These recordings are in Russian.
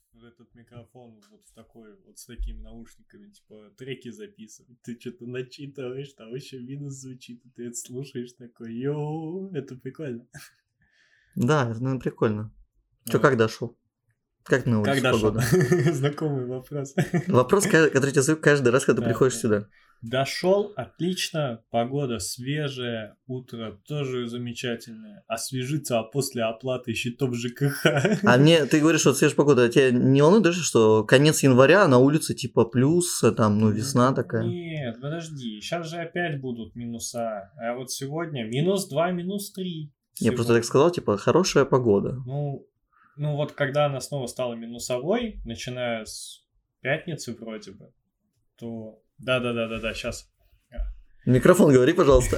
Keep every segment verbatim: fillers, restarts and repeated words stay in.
в этот микрофон вот в такой, вот с такими наушниками, типа, треки записывать. Ты что-то начитываешь, там еще минус звучит, и ты это слушаешь такой, йоу, это прикольно. Да, это, наверное, прикольно. Че, вот. Как дошел? Как на улице погода? Знакомый вопрос. Вопрос, который тебе задают каждый раз, когда да, приходишь да. сюда. Дошел, отлично, погода свежая, утро тоже замечательное, освежиться, а после оплаты счетов ЖКХ. А мне, ты говоришь, что свежая погода, а тебя не волнует даже, что конец января, на улице типа плюс, там, ну, весна такая? Нет, подожди, сейчас же опять будут минуса, а вот сегодня минус два, минус три. Я просто так сказал, типа, хорошая погода. Ну, ну вот когда она снова стала минусовой, начиная с пятницы вроде бы, то... Да-да-да-да-да, сейчас. Микрофон говори, пожалуйста.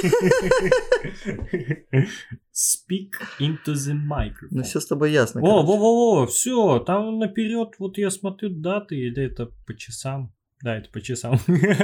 Speak into the microphone. Ну все с тобой ясно. О, во-во-во, все, там наперед, вот я смотрю даты, или это по часам. Да, это по часам.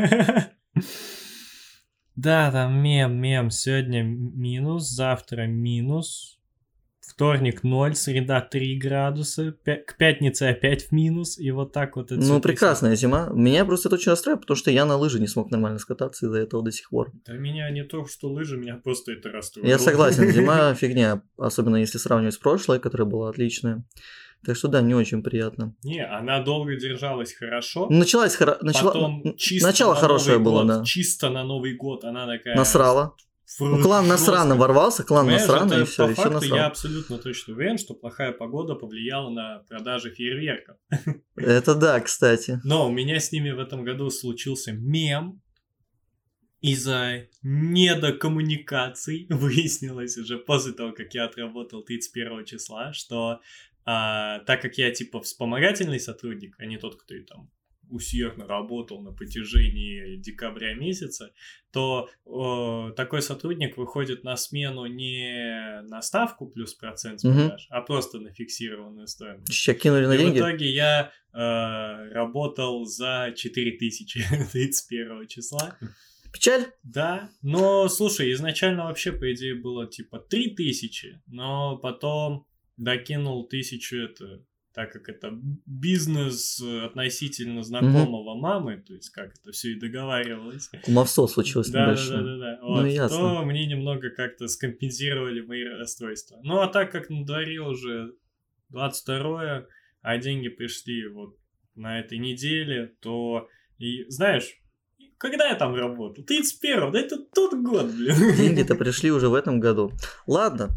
Да, там мем, мем. Сегодня минус, завтра минус. Вторник ноль, среда три градуса, пя- к пятнице опять в минус, и вот так вот это. Ну, прекрасная зима. Меня просто это очень расстраивает, потому что я на лыжи не смог нормально скататься из-за этого до сих пор. Да меня не то, что лыжи, меня просто это расстроило. Я согласен, зима фигня, особенно если сравнивать с прошлой, которая была отличная. Так что да, не очень приятно. Не, она долго держалась хорошо. Началась хоро... Начала... Потом чисто Начало на хорошее Новый было, год, да. Чисто на Новый год она такая... Насрала. Ну, клан насрано ворвался, клан насрано, и все, по и факту все я абсолютно точно уверен, что плохая погода повлияла на продажи фейерверков. Это да, кстати. Но у меня с ними в этом году случился мем. Из-за недокоммуникаций выяснилось уже после того, как я отработал тридцать первого числа, что а, так как я типа вспомогательный сотрудник, а не тот, кто и там усердно работал на протяжении декабря месяца, то э, такой сотрудник выходит на смену не на ставку плюс процент с продаж, угу. а просто на фиксированную стоимость. Сейчас кинули на и деньги? в итоге я э, работал за четыре тысячи тридцать первого числа. Печаль? Да, но, слушай, изначально вообще, по идее, было типа три тысячи, но потом докинул тысячу это... так как это бизнес относительно знакомого mm-hmm. мамы, то есть как это все и договаривалось. Кумовство случилось да, небольшое. Да, да, да, да. Ну, вот, ясно. То мне немного как-то скомпенсировали мои расстройства. Ну, а так как на дворе уже двадцать второе, а деньги пришли вот на этой неделе, то, и знаешь, когда я там работал? тридцать первого, да это тот год, блин. Деньги-то пришли уже в этом году. Ладно.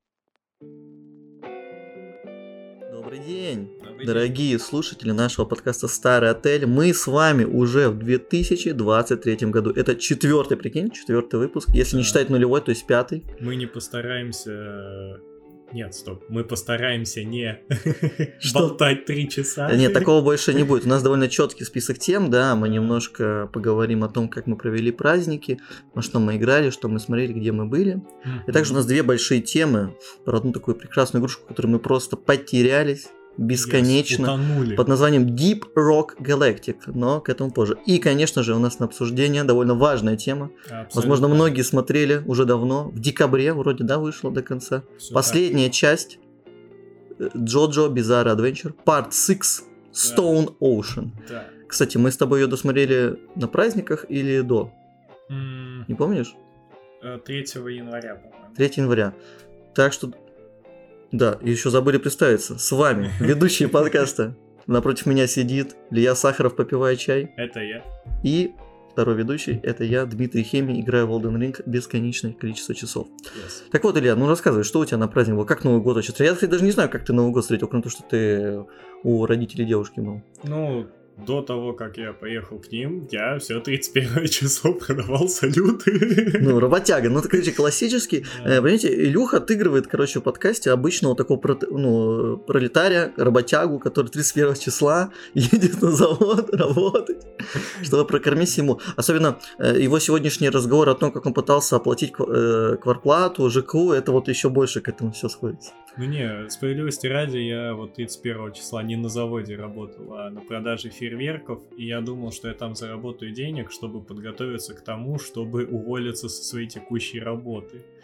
Добрый день, Добрый дорогие день. слушатели нашего подкаста «Старый отель». Мы с вами уже в две тысячи двадцать третьем году. Это четвертый, прикинь, четвертый выпуск. Если да. не считать нулевой, то есть пятый. Мы не постараемся... Нет, стоп. Мы постараемся не болтать три часа. Нет, такого больше не будет. У нас довольно четкий список тем, да. Мы немножко поговорим о том, как мы провели праздники, во что мы играли, что мы смотрели, где мы были. И также у нас две большие темы про одну такую прекрасную игрушку, в которой мы просто потерялись бесконечно, yes, под названием Deep Rock Galactic, но к этому позже. И, конечно же, у нас на обсуждение довольно важная тема. Абсолютно. Возможно, многие смотрели уже давно, в декабре вроде, да, вышла до конца. Все Последняя так. часть JoJo Bizarre Adventure, Part шесть, Stone да. Ocean. Да. Кстати, мы с тобой ее досмотрели на праздниках или до? Mm. Не помнишь? третьего января, по-моему. третьего января. Так что... Да, и еще забыли представиться. С вами, ведущий подкаста. Напротив меня сидит Илья Сахаров, попивая чай. Это я. И второй ведущий, это я, Дмитрий Хемий, играю в Elden Ring бесконечное количество часов. Yes. Так вот, Илья, ну рассказывай, что у тебя на праздник было? Как Новый год вообще? Я, кстати, даже не знаю, как ты Новый год встретил, кроме того, что ты у родителей девушки был. Ну... До того, как я поехал к ним, я все тридцать первое число продавал салюты. Ну, работяга. Ну, это, короче, классический. Да. Понимаете, Илюха отыгрывает, короче, в подкасте обычного такого ну, пролетария, работягу, который тридцать первого числа едет на завод работать, чтобы прокормить семью. Особенно его сегодняшний разговор о том, как он пытался оплатить квартплату, ЖКУ, это вот еще больше к этому все сходится. Ну не, справедливости ради, я вот тридцать первого числа не на заводе работал, а на продаже фейерверков, и я думал, что я там заработаю денег, чтобы подготовиться к тому, чтобы уволиться со своей текущей работы.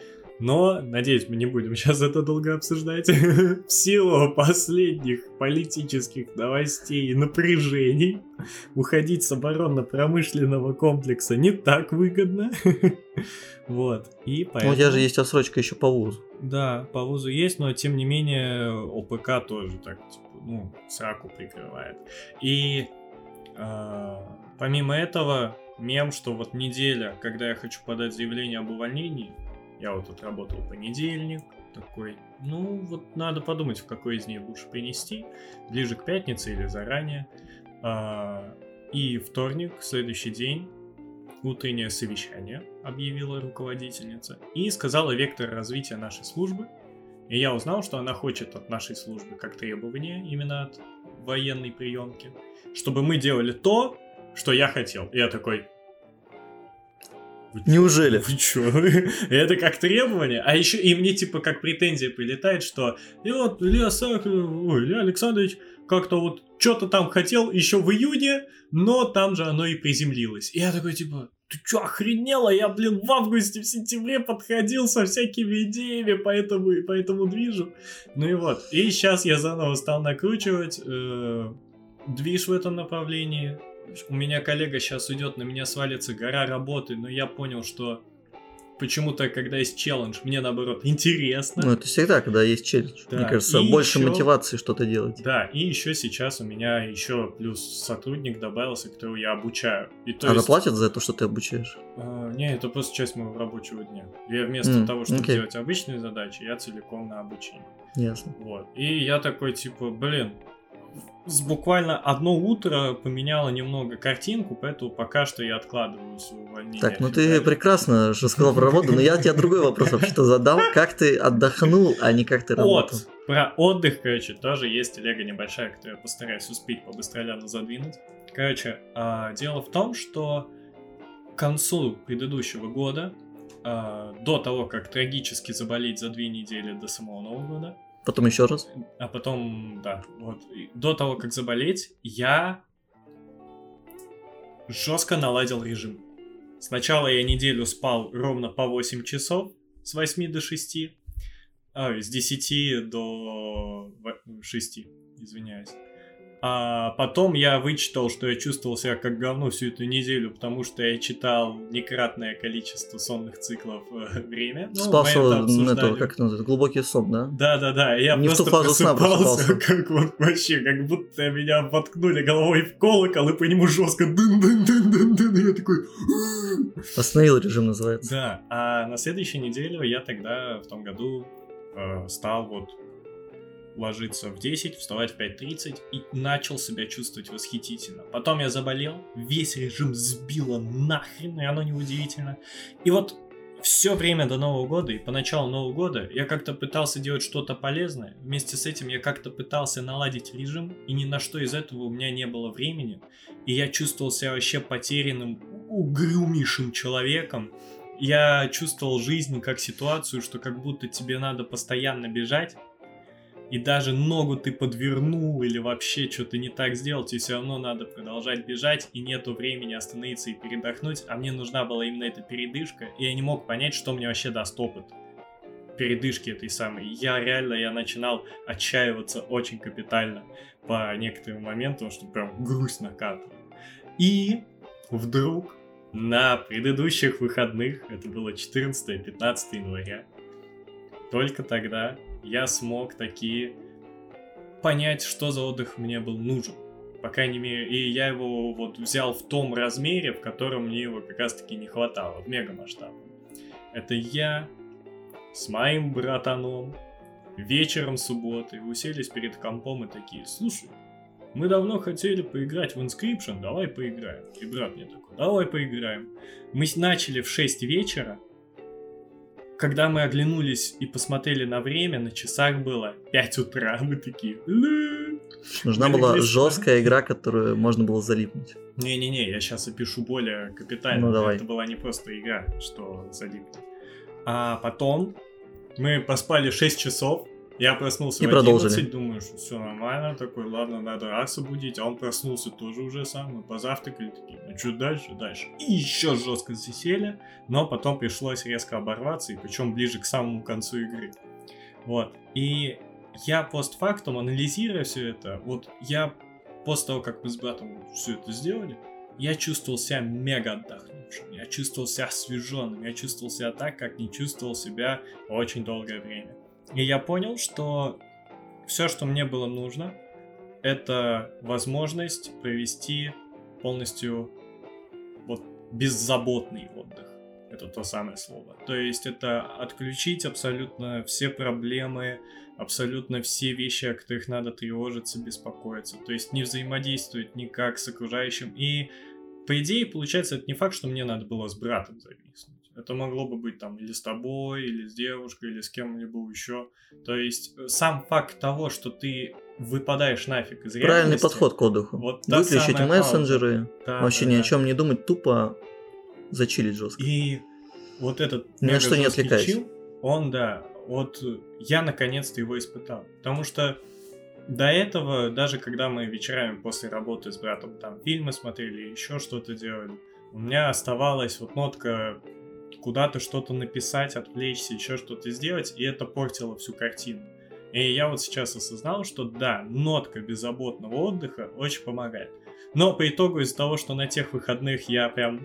Но, надеюсь, мы не будем сейчас это долго обсуждать. В силу последних политических новостей и напряжений уходить с оборонно-промышленного комплекса не так выгодно. Вот. И поэтому... Ну, у тебя же есть отсрочка еще по вузу. Да, по вузу есть, но тем не менее ОПК тоже так, типа, ну, сраку прикрывает. И э, помимо этого, мем, что вот неделя, когда я хочу подать заявление об увольнении, я вот отработал понедельник, такой, ну вот надо подумать, в какой из них лучше принести, ближе к пятнице или заранее. А, и вторник, следующий день, утреннее совещание объявила руководительница и сказала вектор развития нашей службы. И я узнал, что она хочет от нашей службы как требование, именно от военной приемки, чтобы мы делали то, что я хотел. И я такой... Вы Неужели? Вы чё? Это как требование? А еще и мне типа как претензия прилетает, что и вот Илья Сак... Ой, Илья Александрович как-то вот что-то там хотел еще в июне, но там же оно и приземлилось. И я такой типа, ты чё, охренела? Я, блин, в августе, в сентябре подходил со всякими идеями по этому, по этому движу. Ну и вот. И сейчас я заново стал накручивать э, движ в этом направлении. У меня коллега сейчас уйдет, на меня свалится гора работы, но я понял, что почему-то, когда есть челлендж, мне наоборот интересно. Ну, это всегда, когда есть челлендж. Да. Мне кажется, И больше еще... мотивации что-то делать. Да, и еще сейчас у меня еще плюс сотрудник добавился, которого я обучаю. И то а есть... заплатят за то, что ты обучаешь? А, не, это просто часть моего рабочего дня. Я вместо Mm, того, чтобы okay. делать обычные задачи, я целиком на обучении. Ясно. Вот. И я такой, типа, блин, с буквально одно утро поменяло немного картинку, поэтому пока что я откладываю свое увольнение. Так, ну ты прекрасно же сказал про работу, но я тебе другой вопрос вообще-то задал. Как ты отдохнул, а не как ты работал? Вот, про отдых, короче, тоже есть телега небольшая, которую я постараюсь успеть по-быстроляну задвинуть. Короче, а, дело в том, что к концу предыдущего года, а, до того, как трагически заболеть за две недели до самого Нового года, Потом еще раз. а потом, да, вот, до того, как заболеть, я жестко наладил режим. Сначала я неделю спал ровно по восемь часов, с восьми до шести, а, с десяти до шести, извиняюсь. А потом я вычитал, что я чувствовал себя как говно всю эту неделю, потому что я читал некратное количество сонных циклов э, время. Ну, Спал, ну, это, как это называется, глубокий сон, да? Да-да-да, я Не просто в ту фазу сна просыпался, как вот вообще, как будто меня воткнули головой в колокол, и по нему жестко дын-дын-дын-дын-дын, и я такой... Остановил режим, называется. Да, а на следующей неделе я тогда, в том году, э, стал вот ложиться в десять, вставать в пять тридцать и начал себя чувствовать восхитительно. Потом я заболел, весь режим сбило нахрен, и оно неудивительно. И вот все время до Нового года и по началу Нового года я как-то пытался делать что-то полезное. Вместе с этим я как-то пытался наладить режим, и ни на что из этого у меня не было времени. И я чувствовал себя вообще потерянным, угрюмейшим человеком. Я чувствовал жизнь как ситуацию, что как будто тебе надо постоянно бежать, и даже ногу ты подвернул или вообще что-то не так сделал, тебе все равно надо продолжать бежать, и нету времени остановиться и передохнуть, а мне нужна была именно эта передышка, и я не мог понять, что мне вообще даст опыт передышки этой самой. Я реально, я начинал отчаиваться очень капитально по некоторым моментам, что прям грусть накатывала. И вдруг на предыдущих выходных, это было четырнадцатое-пятнадцатое января, только тогда я смог таки понять, что за отдых мне был нужен. По крайней мере, и я его вот взял в том размере, в котором мне его как раз таки не хватало, в мегамасштабе. Это я с моим братаном вечером субботы уселись перед компом и такие: слушай, мы давно хотели поиграть в Inscription, давай поиграем. И брат мне такой: давай поиграем. Мы начали в шесть вечера. Когда мы оглянулись и посмотрели на время, на часах было пять утра. Мы такие... Нужна мы была легли жесткая игра, которую можно было залипнуть. Не-не-не, я сейчас опишу более капитально. Ну, давай. Это была не просто игра, что залипнуть. А потом мы поспали шесть часов, Я проснулся и в продолжили. одиннадцать, думаю, что все нормально, такой, ладно, надо Акса будить, а он проснулся тоже уже сам, мы позавтракали, такие, ну что дальше, дальше. И еще жестко засели, но потом пришлось резко оборваться, и причем ближе к самому концу игры. Вот, и я постфактум, анализируя все это, вот я после того, как мы с братом все это сделали, я чувствовал себя мега отдохнувшим, я чувствовал себя освеженным, я чувствовал себя так, как не чувствовал себя очень долгое время. И я понял, что все, что мне было нужно, это возможность провести полностью вот беззаботный отдых. Это то самое слово. То есть это отключить абсолютно все проблемы, абсолютно все вещи, о которых надо тревожиться, беспокоиться. То есть не взаимодействовать никак с окружающим. И по идее, получается, это не факт, что мне надо было с братом зависнуть. Это могло бы быть там или с тобой, или с девушкой, или с кем-нибудь еще. То есть сам факт того, что ты выпадаешь нафиг из реальности. Правильный подход к отдыху. Вот выключить мессенджеры, да, вообще да, ни да. о чем не думать, тупо зачилить жестко. И вот этот ни на что не отвлекайся. Чил, он, да, вот я наконец-то его испытал. Потому что до этого, даже когда мы вечерами после работы с братом там фильмы смотрели, еще что-то делали, у меня оставалась вот нотка куда-то что-то написать, отвлечься, еще что-то сделать, и это портило всю картину. И я вот сейчас осознал, что да, нотка беззаботного отдыха очень помогает. Но по итогу из-за того, что на тех выходных я прям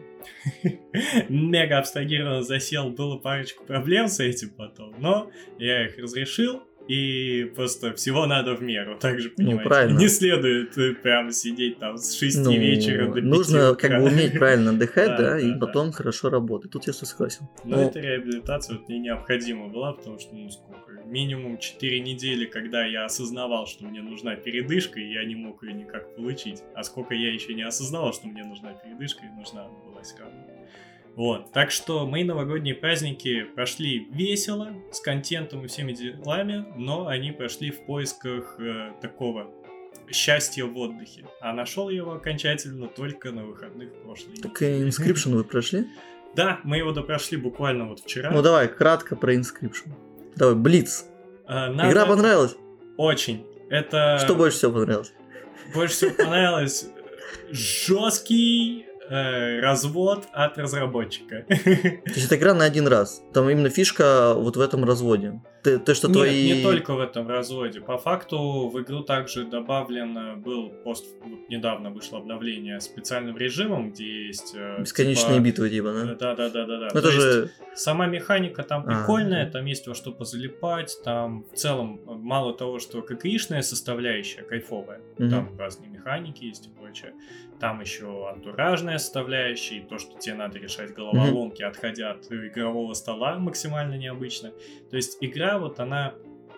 мега абстрагированно засел, было парочку проблем с этим потом, но я их разрешил. И просто всего надо в меру, также понимаете. Ну, не следует прям сидеть там с шести ну, вечера до пяти. Нужно как бы уметь правильно отдыхать, да, и потом хорошо работать. Тут я согласен. Но эта реабилитация вот мне необходима была, потому что, ну, сколько, минимум четыре недели, когда я осознавал, что мне нужна передышка, и я не мог ее никак получить. А сколько я еще не осознавал, что мне нужна передышка, и нужна она была все равно. Вот, так что мои новогодние праздники прошли весело, с контентом и всеми делами, но они прошли в поисках э, такого счастья в отдыхе. А нашел я его окончательно только на выходных прошлой неделе. Так и Inscription вы прошли? Да, мы его допрошли буквально вот вчера. Ну давай, кратко про Inscription. Давай, Блиц. А, надо... Игра понравилась? Очень. Это... Что больше всего понравилось? Больше всего понравилось жесткий... развод от разработчика. То есть это игра на один раз. Там именно фишка вот в этом разводе. Ты, ты что, Нет, твои... не только в этом разводе. По факту в игру также добавлен был пост, вот недавно вышло обновление специальным режимом, где есть... Бесконечные типа... битвы, типа, да? Да-да-да-да. Это же... Сама механика там прикольная, а, там есть во что позалипать, там в целом мало того, что ККИшная составляющая кайфовая, угу. Там разные механики есть и прочее. Там еще антуражная составляющая, и то, что тебе надо решать головоломки, mm-hmm. отходя от игрового стола, максимально необычно. То есть игра, вот она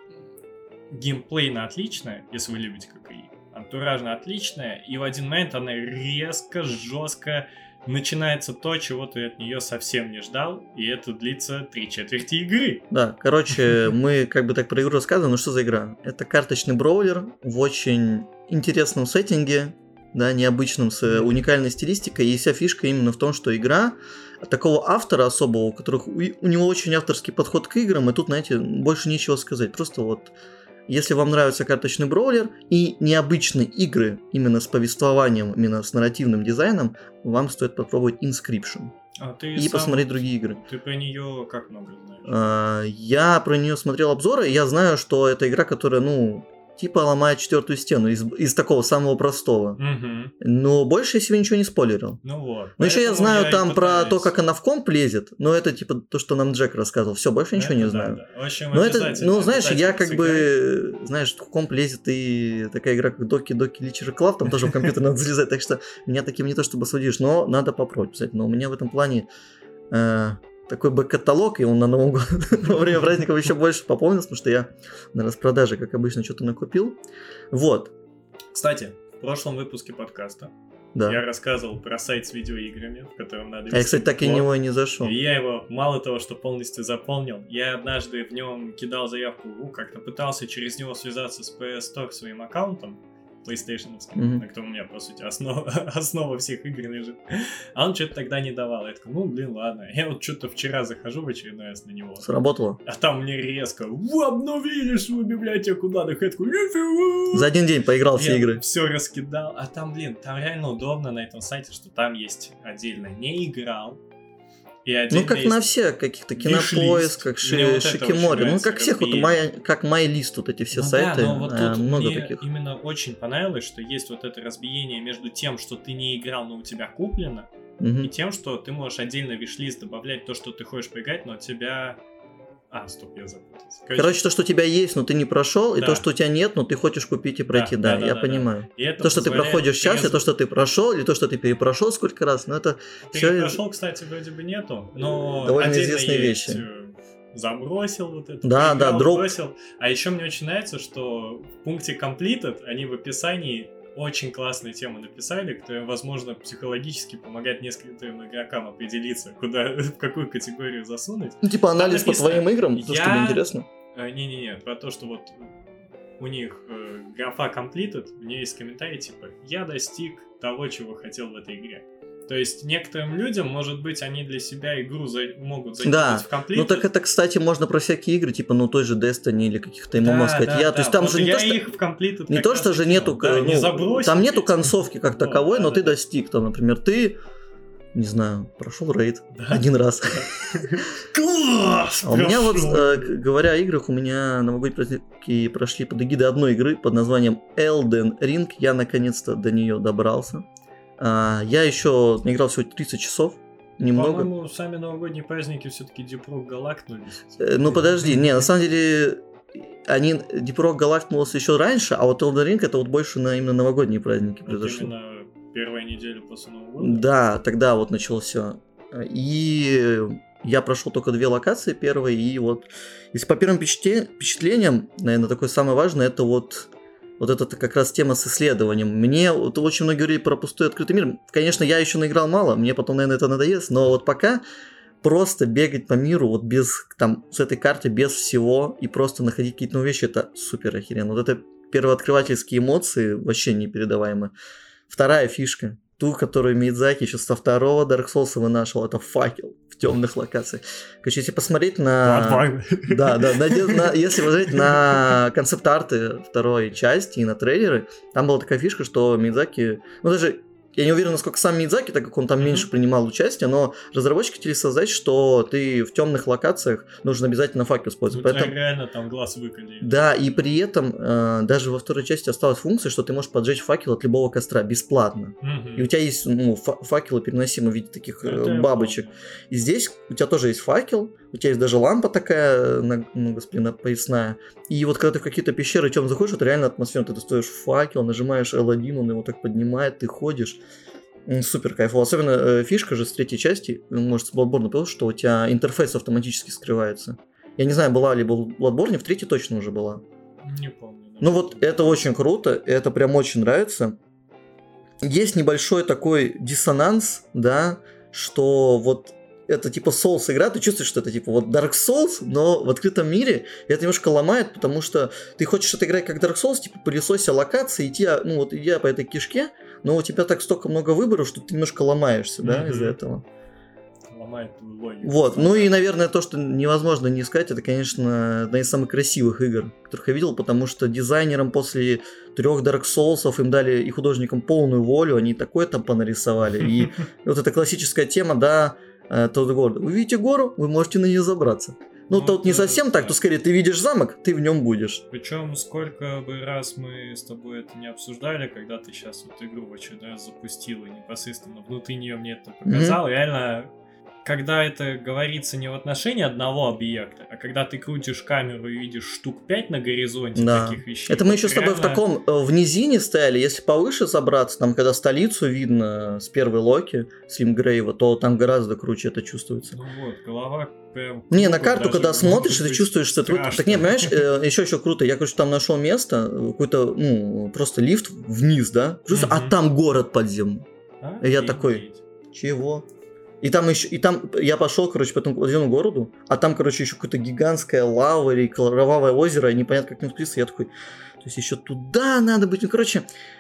геймплейно отличная, если вы любите ККИ, антуражно отличная, и в один момент она резко, жестко начинается то, чего ты от нее совсем не ждал, и это длится три четверти игры. Да, короче, мы как бы так про игру рассказываем, но что за игра? Это карточный броулер в очень интересном сеттинге, да, необычным, с уникальной стилистикой, и вся фишка именно в том, что игра от такого автора особого, у которых у, у него очень авторский подход к играм, и тут, знаете, больше нечего сказать. Просто вот, если вам нравится карточный броулер и необычные игры именно с повествованием, именно с нарративным дизайном, вам стоит попробовать Inscription. А ты и сам, посмотреть другие игры. Ты про нее как много знаешь? А, я про нее смотрел обзоры, и я знаю, что это игра, которая, ну... типа ломает четвертую стену из, из такого самого простого. Угу. Но больше я себе ничего не спойлерил. Ну вот. Но еще я знаю я там про то, как она в комп лезет, но это типа то, что нам Джек рассказывал. Все, больше ничего это не да, знаю. Да. В общем, но это, ну, знаешь, я как сыграть. бы, знаешь, в комп лезет и такая игра, как Доки Доки Личер Клаб, там тоже в компьютер надо залезать, так что меня таким не то чтобы судишь, но надо попробовать, кстати. Но у меня в этом плане такой бэк-каталог, и он на Новом году во время праздников еще больше пополнился, потому что я на распродаже, как обычно, что-то накупил. Вот. Кстати, в прошлом выпуске подкаста да. я рассказывал про сайт с видеоиграми, в котором надо... А я, кстати, так и в него и не зашел. И я его мало того, что полностью заполнил, я однажды в нем кидал заявку, ну, как-то пытался через него связаться с пи эс Store своим аккаунтом, PlayStation, Мгм. на котором у меня, по сути, основа, основа всех игр лежит. А он что-то тогда не давал. Я такой, ну, блин, ладно. Я вот что-то вчера захожу в очередной раз на него. Сработало? А там мне резко, вы обновили свою библиотеку данных. Я такой, нифига! За один день поиграл все игры. Все раскидал. А там, блин, там реально удобно на этом сайте, что там есть отдельно не играл. И Ну, как есть на всех каких-то виш-лист. кинопоисках, Мне вот это Шикимори. очень Ну, как нравится, всех, вот как my, как MyList, вот эти все Ну сайты, да, но вот э, тут много мне таких. именно очень понравилось, что есть вот это разбиение между тем, что ты не играл, но у тебя куплено, Мгм. и тем, что ты можешь отдельно в виш-лист добавлять то, что ты хочешь поиграть, но у тебя... А, стоп, я запутался. Короче, то, что у тебя есть, но ты не прошел, и Да. то, что у тебя нет, но ты хочешь купить и пройти, Да, да, да, я да, да, понимаю. и это То, что ты позволяет проходишь сейчас, и трезво- то, что ты прошел, или то, что ты перепрошел сколько раз, ну это все... Перепрошел, кстати, вроде бы нету, но Довольно отдельно известные есть, вещи. э, забросил вот это, Да, поиграл, да, дроп. бросил. А еще мне очень нравится, что в пункте completed они в описании очень классную тему написали, которая, возможно, психологически помогает нескольким игрокам определиться, куда, в какую категорию засунуть. Ну, типа анализ по написано, твоим играм, то, что я- тебе интересно. Э, Не-не-не, про то, что вот у них э, графа completed, у нее есть комментарий типа «Я достиг того, чего хотел в этой игре». То есть некоторым людям, может быть, они для себя игру за- могут закинуть Да, в completed. Ну так это, кстати, можно про всякие игры, типа, ну той же Destiny или каких-то эм эм о Да, сказать. да, я, да. то есть там Вот же не я то, что... их в completed Не как то, раз что же закинул. нету, Да, ну, не забросил, там нету ведь. концовки как Вот, таковой, да, но да, ты да. достиг. Там, например, ты, не знаю, прошел рейд Да. один раз. Класс! А у меня вот, прошел. э, к- говоря о играх, у меня новогодние праздники прошли под эгидой одной игры под названием Elden Ring. Я наконец-то до нее добрался. А, я еще наиграл всего тридцать часов. Немного. По-моему, сами новогодние праздники все-таки Deep Rock галакнулись. Э, Ну подожди, не, на самом деле они Deep Rock галактнулся еще раньше, а вот Elden Ring это вот больше на именно новогодние праздники Вот произошло. именно первая неделя после Нового года. Да, тогда вот началось все. И я прошел только две локации первые, и вот если по первым впечатля- впечатлениям, наверное, такое самое важное, это вот вот это как раз тема с исследованием. Мне вот очень многие говорили про пустой открытый мир. Конечно, я еще наиграл мало, мне потом, наверное, это надоест, но вот пока просто бегать по миру вот без, там, с этой карты, без всего, и просто находить какие-то новые вещи, это супер охеренно. Вот это первооткрывательские эмоции вообще непередаваемые. Вторая фишка, ту, которую Миядзаки еще со второго Dark Souls вынашивал, это факел в темных локациях. Короче, если посмотреть на... Да, да, на, на, если посмотреть на концепт-арты второй части и на трейлеры, там была такая фишка, что Миядзаки... Ну, даже... Я не уверен, насколько сам Миядзаки, так как он там mm-hmm. меньше принимал участие, но разработчики хотели создать, что ты в темных локациях нужно обязательно факел использовать. Ну, Поэтому... реально там глаз выколи. Да, и при этом э, даже во второй части осталась функция, что ты можешь поджечь факел от любого костра бесплатно. Mm-hmm. И у тебя есть ну, фа- факелы переносимые в виде таких э, бабочек. И здесь у тебя тоже есть факел, у тебя есть даже лампа такая, на, ну, господи, поясная. И вот когда ты в какие-то пещеры чем заходишь, это реально атмосфера. Ты достаешь факел, нажимаешь эл один, он его так поднимает, ты ходишь. Супер кайфово. Особенно э, фишка же с третьей части, может, с Bloodborne был, что у тебя интерфейс автоматически скрывается. Я не знаю, была ли в Bloodborne, в третьей точно уже была. Не помню. Да. Ну вот это очень круто, это прям очень нравится. Есть небольшой такой диссонанс, да, что вот это типа Souls игра, ты чувствуешь, что это типа вот Dark Souls, но в открытом мире это немножко ломает, потому что ты хочешь отыграть как Dark Souls, типа пылесося локации, идти, ну вот идя по этой кишке, но у тебя так столько много выборов, что ты немножко ломаешься, да, mm-hmm. из-за этого. Ломает твою логику. Вот, ну и, наверное, то, что невозможно не искать, это, конечно, одна из самых красивых игр, которых я видел, потому что дизайнерам после трех Dark Souls'ов им дали и художникам полную волю, они такое там понарисовали, и вот эта классическая тема, да, тот город. Вы видите гору, вы можете на нее забраться. Ну, ну тут не совсем так, то скорее ты видишь замок, ты в нем будешь. Причем сколько бы раз мы с тобой это не обсуждали, когда ты сейчас вот игру в очередной раз запустил и непосредственно внутри нее мне это показал, mm-hmm. реально, когда это говорится не в отношении одного объекта, а когда ты крутишь камеру и видишь штук пять на горизонте да. таких вещей. Это мы вот еще реально... с тобой в таком, в низине стояли, если повыше забраться, там, когда столицу видно с первой Локи, Слимгрейва, то там гораздо круче это чувствуется. Ну вот, голова прям... Не, на карту, когда смотришь, ты чувствуешь, что это... Так не, понимаешь, еще еще круто, я, короче, там нашел место, какой-то, ну, просто лифт вниз, да, а там город подземный. И я такой, чего? И там еще, и там я пошел, короче, по этому подземному городу, а там, короче, еще какая-то гигантская лава или кровавое озеро, и непонятно, как не спуститься. Я такой, то есть еще туда надо быть. Ну, короче,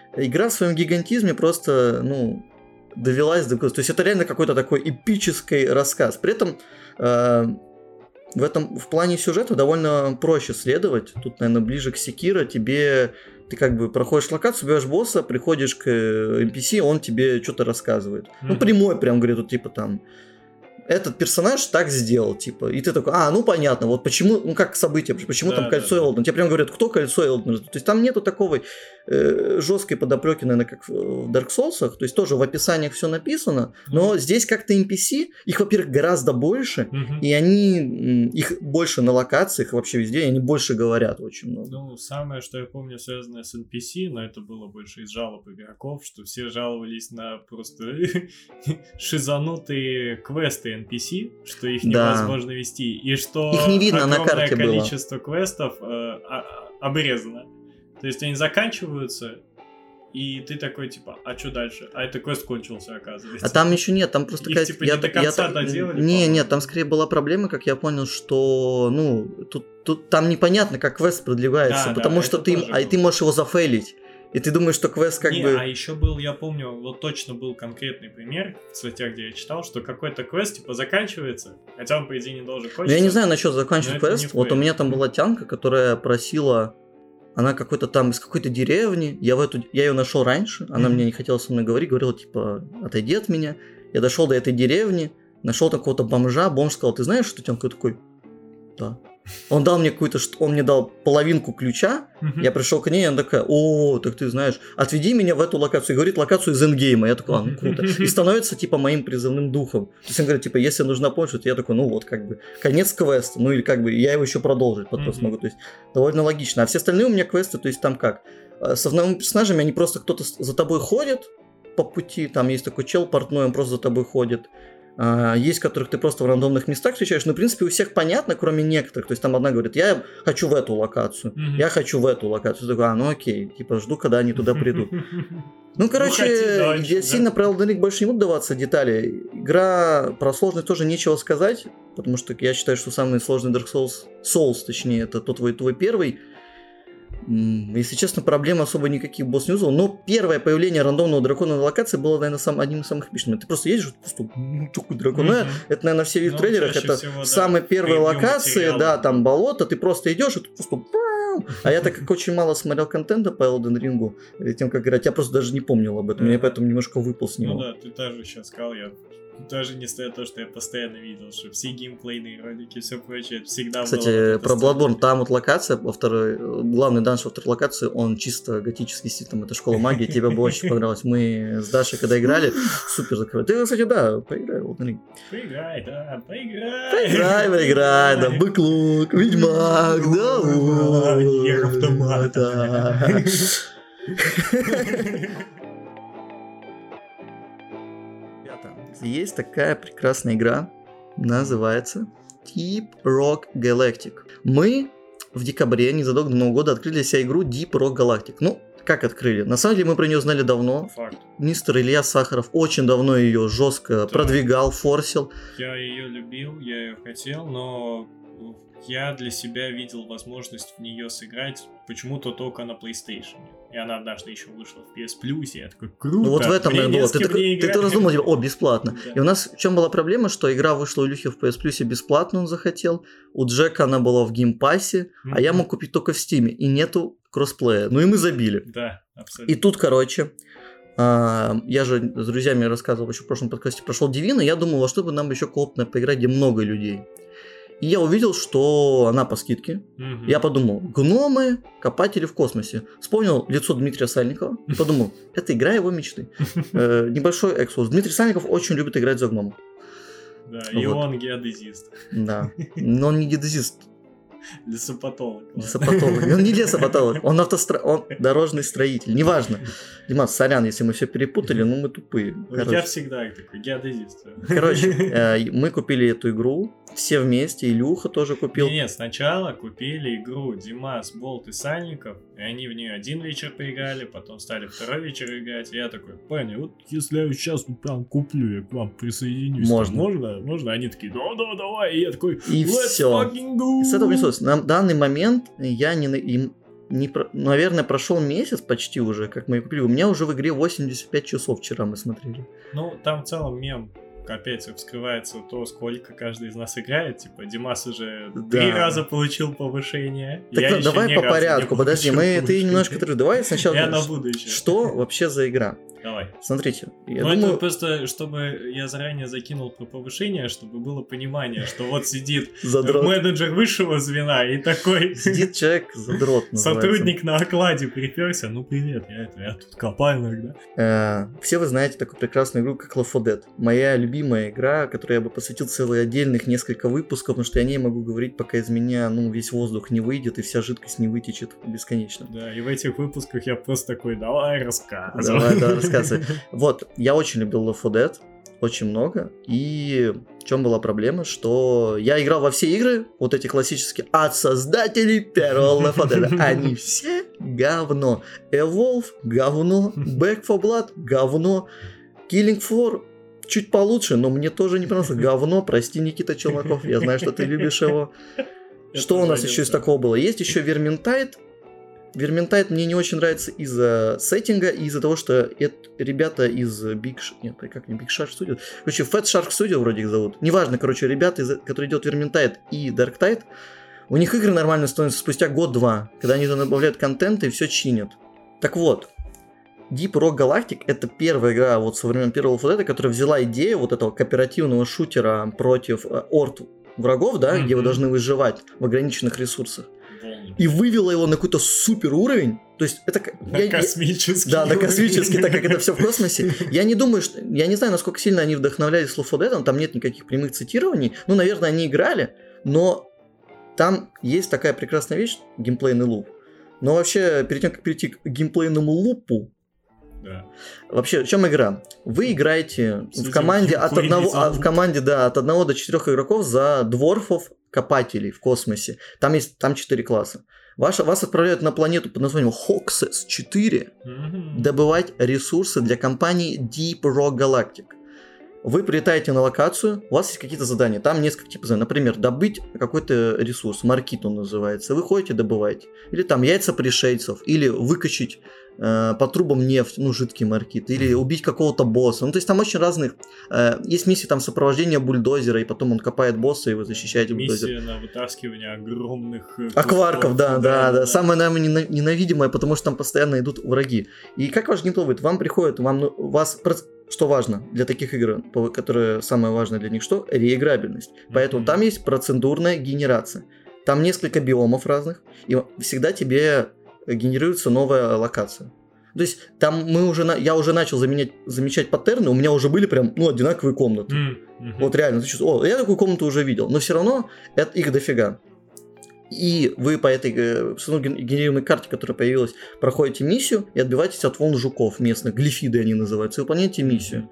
игра в своем гигантизме просто, ну, довелась до... То есть это реально какой-то такой эпический рассказ. При этом э, в этом, в плане сюжета довольно проще следовать. Тут, наверное, ближе к Sekiro. Тебе... Ты как бы проходишь локацию, убиваешь босса, приходишь к эн пи си, он тебе что-то рассказывает. Mm-hmm. Ну, прямой прям говорит, вот, типа там... Этот персонаж так сделал, типа, и ты такой, а, ну понятно, вот почему, ну как события, почему да, там кольцо да, Элдена, тебе прям говорят, кто кольцо Элдена, то есть там нету такой э, жесткой подоплеки, наверное, как в Dark Souls, то есть тоже в описаниях все написано, но mm-hmm. здесь как-то эн пи си, их, во-первых, гораздо больше, mm-hmm. и они, их больше на локациях, вообще везде, и они больше говорят очень много. Ну, самое, что я помню, связанное с эн пи си, но это было больше из жалоб игроков, что все жаловались на просто шизанутые квесты эн пи си, что их невозможно да. вести, и что их не видно, огромное на карте количество было. квестов э, обрезано. То есть они заканчиваются, и ты такой, типа, а что дальше? А это квест кончился, оказывается. А там еще нет, там просто... Их, как... типа, я, не до конца я, доделали. Не, нет, там скорее была проблема, как я понял, что, ну, тут, тут там непонятно, как квест продвигается, да, потому да, что ты, а, ты можешь его зафейлить. И ты думаешь, что квест как не, бы... а еще был, я помню, вот точно был конкретный пример в статье, где я читал, что какой-то квест, типа, заканчивается, хотя он, по идее, не должен кончиться. Ну, я не знаю насчет заканчивать квест. Вот у меня там была тянка, которая просила... Она какой-то там из какой-то деревни. Я, в эту... я ее нашел раньше. Она mm-hmm. мне не хотела со мной говорить. Говорила, типа, отойди от меня. Я дошел до этой деревни, нашел какого-то бомжа. Бомж сказал, ты знаешь, что тянка? Я такой, да. Он дал мне какую-то, он мне дал половинку ключа, uh-huh. я пришел к ней, и она такая, о, так ты знаешь, отведи меня в эту локацию, и говорит локацию из эндгейма, я такой, а, ну круто, и становится, типа, моим призывным духом, то есть он говорит, типа, если нужна помощь, то я такой, ну вот, как бы, конец квеста, ну или как бы, я его еще продолжить потом uh-huh. смогу, то есть, довольно логично, а все остальные у меня квесты, то есть, там как, с основными персонажами, они просто, кто-то за тобой ходит по пути, там есть такой чел портной, он просто за тобой ходит. Есть, которых ты просто в рандомных местах встречаешь, но, в принципе, у всех понятно, кроме некоторых. То есть там одна говорит, я хочу в эту локацию, mm-hmm. я хочу в эту локацию. Я такой, а, ну окей, типа, жду, когда они туда придут. Ну, короче, я сильно про Elden Ring больше не буду даваться детали. Игра про сложность тоже нечего сказать, потому что я считаю, что самый сложный Dark Souls, Souls, точнее, это тот твой, твой первый. Если честно, проблем особо никаких босс не вызвал, но первое появление рандомного дракона на локации было, наверное, сам, одним из самых эпичных. Ты просто едешь, просто такой дракон. Mm-hmm. Это, наверное, все видят в трейлерах, это всего, самые да, первые локации, материалы. Да, там болото, ты просто идешь, и ты просто... А я так как очень мало смотрел контента по Elden Ring, перед тем, как играть, я просто даже не помнил об этом, mm-hmm. я поэтому немножко выпал с него. Ну да, ты тоже сейчас сказал, я... Даже несмотря на то, что я постоянно видел, что все геймплейные ролики, все прочее, это всегда Кстати, было... Кстати, про Bloodborne, там вот локация, во второй, главный данж во второй локации, он чисто готический стиль, там это школа магии, тебе бы очень понравилось. Мы с Дашей, когда играли, супер закрыли. Ты, кстати, да, поиграй. Вот, поиграй, да, поиграй. Поиграй, поиграй, да, бэклук, ведьмак, да, Эх, автомат. Есть такая прекрасная игра, называется Deep Rock Galactic. Мы в декабре, незадолго до Нового года, открыли для себя игру Deep Rock Galactic. Ну, как открыли? На самом деле мы про нее знали давно. Факт. Мистер Илья Сахаров очень давно ее жестко да. продвигал, форсил. Я ее любил, я ее хотел, но я для себя видел возможность в нее сыграть почему-то только на PlayStation. И она однажды еще вышла в пи эс Plus, и я такой, круто, ну вот в этом, наверное, было. Ты, ты, ты, ты раздумал, типа, о, бесплатно. Да. И у нас в чем была проблема, что игра вышла у Илюхи в пи эс Plus бесплатно, он захотел. У Джека она была в геймпассе, mm-hmm. а я мог купить только в Стиме, и нету кроссплея. Ну и мы забили. Да, абсолютно. И тут, короче, я же с друзьями рассказывал еще в прошлом подкасте, прошел Дивина, я думал, во что бы нам еще коопно поиграть, где много людей. И я увидел, что она по скидке. Mm-hmm. Я подумал, гномы, копатели в космосе. Вспомнил лицо Дмитрия Сальникова и подумал, это игра его мечты. Э, небольшой экскурс. Дмитрий Сальников очень любит играть за гномов. Да, и вот. Он геодезист. Да, но он не геодезист. Лесопатолог. Лесопатолог. Он не лесопатолог, он, автостро... он дорожный строитель. Неважно. Димас, сорян, если мы все перепутали, ну мы тупые. Короче. Я всегда такой геодезист. Короче, мы купили эту игру, все вместе, Илюха тоже купил. Нет, нет, сначала купили игру Димас, Болт и Сальников, и они в нее один вечер поиграли, потом стали второй вечер играть, и я такой, Паня, вот если я сейчас прям куплю, я к вам присоединюсь. Можно. Можно? Можно? Они такие, да-да, давай, и я такой, и let's все. fucking go. И с этого понеслось. На данный момент я не... не про... наверное, прошел месяц почти уже, как мы ее купили. У меня уже в игре восемьдесят пять часов вчера мы смотрели. Ну, там в целом мем, опять вскрывается то, сколько каждый из нас играет. Типа, Димас уже да. три раза получил повышение. Так я ну, давай по порядку, подожди, мы, ты немножко... Давай сначала... Я на будущее. Что вообще за игра? Давай. Смотрите. Я ну, думаю... это просто, чтобы я заранее закинул про повышение, чтобы было понимание, что вот сидит менеджер высшего звена и такой... Сидит человек задрот, сотрудник на окладе приперся. Ну, привет, я, это, я тут копаю иногда. Э, все вы знаете такую прекрасную игру, как Left фор Dead. Моя любимая игра, которой я бы посвятил целый отдельных несколько выпусков, потому что я о ней могу говорить, пока из меня ну, весь воздух не выйдет и вся жидкость не вытечет бесконечно. Да, и в этих выпусках я просто такой, давай рассказывай. Давай, давай рассказывай. Вот, я очень любил Left фор Dead, очень много, и в чем была проблема, что я играл во все игры, вот эти классические, от создателей первого Left фор Dead, они все говно. Evolve — говно, Back фор Blood — говно, Killing Floor чуть получше, но мне тоже не понравилось, говно, прости, Никита Челноков, я знаю, что ты любишь его. Что у нас еще из такого было? Есть еще Vermintide. Vermintide мне не очень нравится из-за сеттинга и из-за того, что это ребята из Big Shark... Нет, как не Big Shark Studio? Короче, Fat Shark Studio вроде их зовут. Неважно, короче, ребята, из- которые делают Vermintide и Darktide, у них игры нормально становятся спустя год-два, когда они добавляют контент и все чинят. Так вот, Deep Rock Galactic — это первая игра вот со времен первого Left фор Dead, которая взяла идею вот этого кооперативного шутера против э, орд врагов, да, mm-hmm. где вы должны выживать в ограниченных ресурсах. И вывела его на какой-то супер уровень. То есть это... На я, космический. Да, на космический, так как это все в космосе. Я не думаю, что... Я не знаю, насколько сильно они вдохновлялись Left фор Dead, там нет никаких прямых цитирований. Ну, наверное, они играли, но там есть такая прекрасная вещь, геймплейный луп. Но вообще, перед тем, как перейти к геймплейному лупу, да. Вообще, в чем игра? Вы играете в команде, от одного, а, в команде да, от одного до четырех игроков за дворфов копателей в космосе. Там есть там четыре класса. Ваша, вас отправляют на планету под названием Hoxes четыре mm-hmm. добывать ресурсы для компании Deep Rock Galactic. Вы прилетаете на локацию, у вас есть какие-то задания, там несколько типов заданий. Например, добыть какой-то ресурс, маркит он называется. Вы ходите, добываете. Или там яйца пришельцев, или выкачать э, по трубам нефть, ну, жидкий маркит, или убить какого-то босса. Ну, то есть там очень разных... Э, есть миссии там сопровождения бульдозера, и потом он копает босса, и вы защищаете бульдозер. Миссия на вытаскивание огромных... Акварков, да, да, да, да. Самое, наверное, ненавидимое, потому что там постоянно идут враги. И как ваш геймплей будет? Вам приходит, вам, ну, вас... Что важно для таких игр, которые самое важное для них, что? Реиграбельность. Поэтому mm-hmm. там есть процедурная генерация. Там несколько биомов разных, и всегда тебе генерируется новая локация. То есть там мы уже, на... я уже начал заменять, замечать паттерны, у меня уже были прям ну, одинаковые комнаты. Mm-hmm. Вот реально, ты чувствуешь, о, я такую комнату уже видел, но все равно это их дофига. И вы по этой э, генерируемой карте, которая появилась, проходите миссию и отбиваетесь от волн жуков местных, глифиды они называются, и выполняете миссию.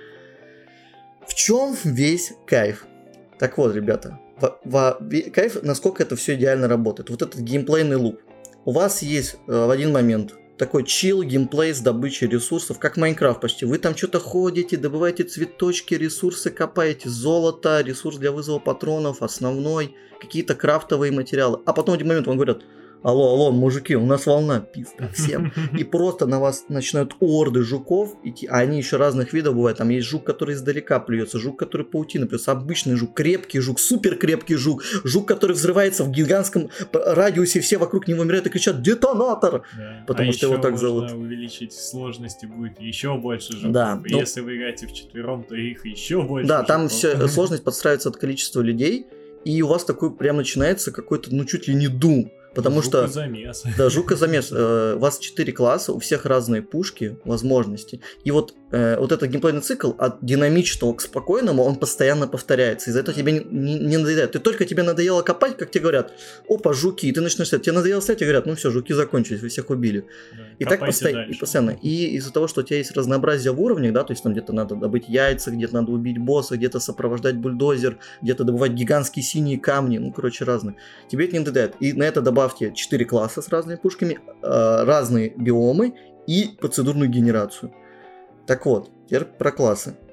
В чем весь кайф? Так вот, ребята, в, в, кайф, насколько это все идеально работает. Вот этот геймплейный луп. У вас есть э, в один момент такой чил геймплей с добычей ресурсов, как Майнкрафт почти. Вы там что-то ходите, добываете цветочки, ресурсы копаете, золото, ресурс для вызова патронов, основной, какие-то крафтовые материалы. А потом в один момент вам говорят: алло, алло, мужики, у нас волна, пизда всем. И просто на вас начинают орды жуков идти, а они еще разных видов бывают. Там есть жук, который издалека плюется, жук, который паутина плюется, обычный жук, крепкий жук, супер крепкий жук, жук, который взрывается в гигантском радиусе, все вокруг него умирают и кричат: детонатор! Да. Потому а что его так зовут. Можно увеличить сложности, будет еще больше жуков. Да, и ну... если вы играете вчетвером, то их еще больше. Да, жуков. там все, сложность подстраивается от количества людей, и у вас такой прям начинается какой-то, ну, чуть ли не дум. Потому что... Жукозамес. Да, жукозамес. У вас четыре класса, у всех разные пушки, возможности. И вот, э, вот этот геймплейный цикл от динамичного к спокойному, он постоянно повторяется. Из-за этого тебе не, не, не надоедает. Ты только тебе надоело копать, как тебе говорят: опа, жуки. И ты начинаешь стрелять. Тебе надоело стрелять, и говорят: ну все, жуки закончились, вы всех убили. Да, и так посто... и постоянно. И из-за того, что у тебя есть разнообразие в уровнях, да, то есть там где-то надо добыть яйца, где-то надо убить босса, где-то сопровождать бульдозер, где-то добывать гигантские синие камни, ну, короче, разные. Тебе это не надоедает. И на это добавьте четыре класса с разными пушками, э, разные биомы и процедурную генерацию. Так вот, теперь про классы.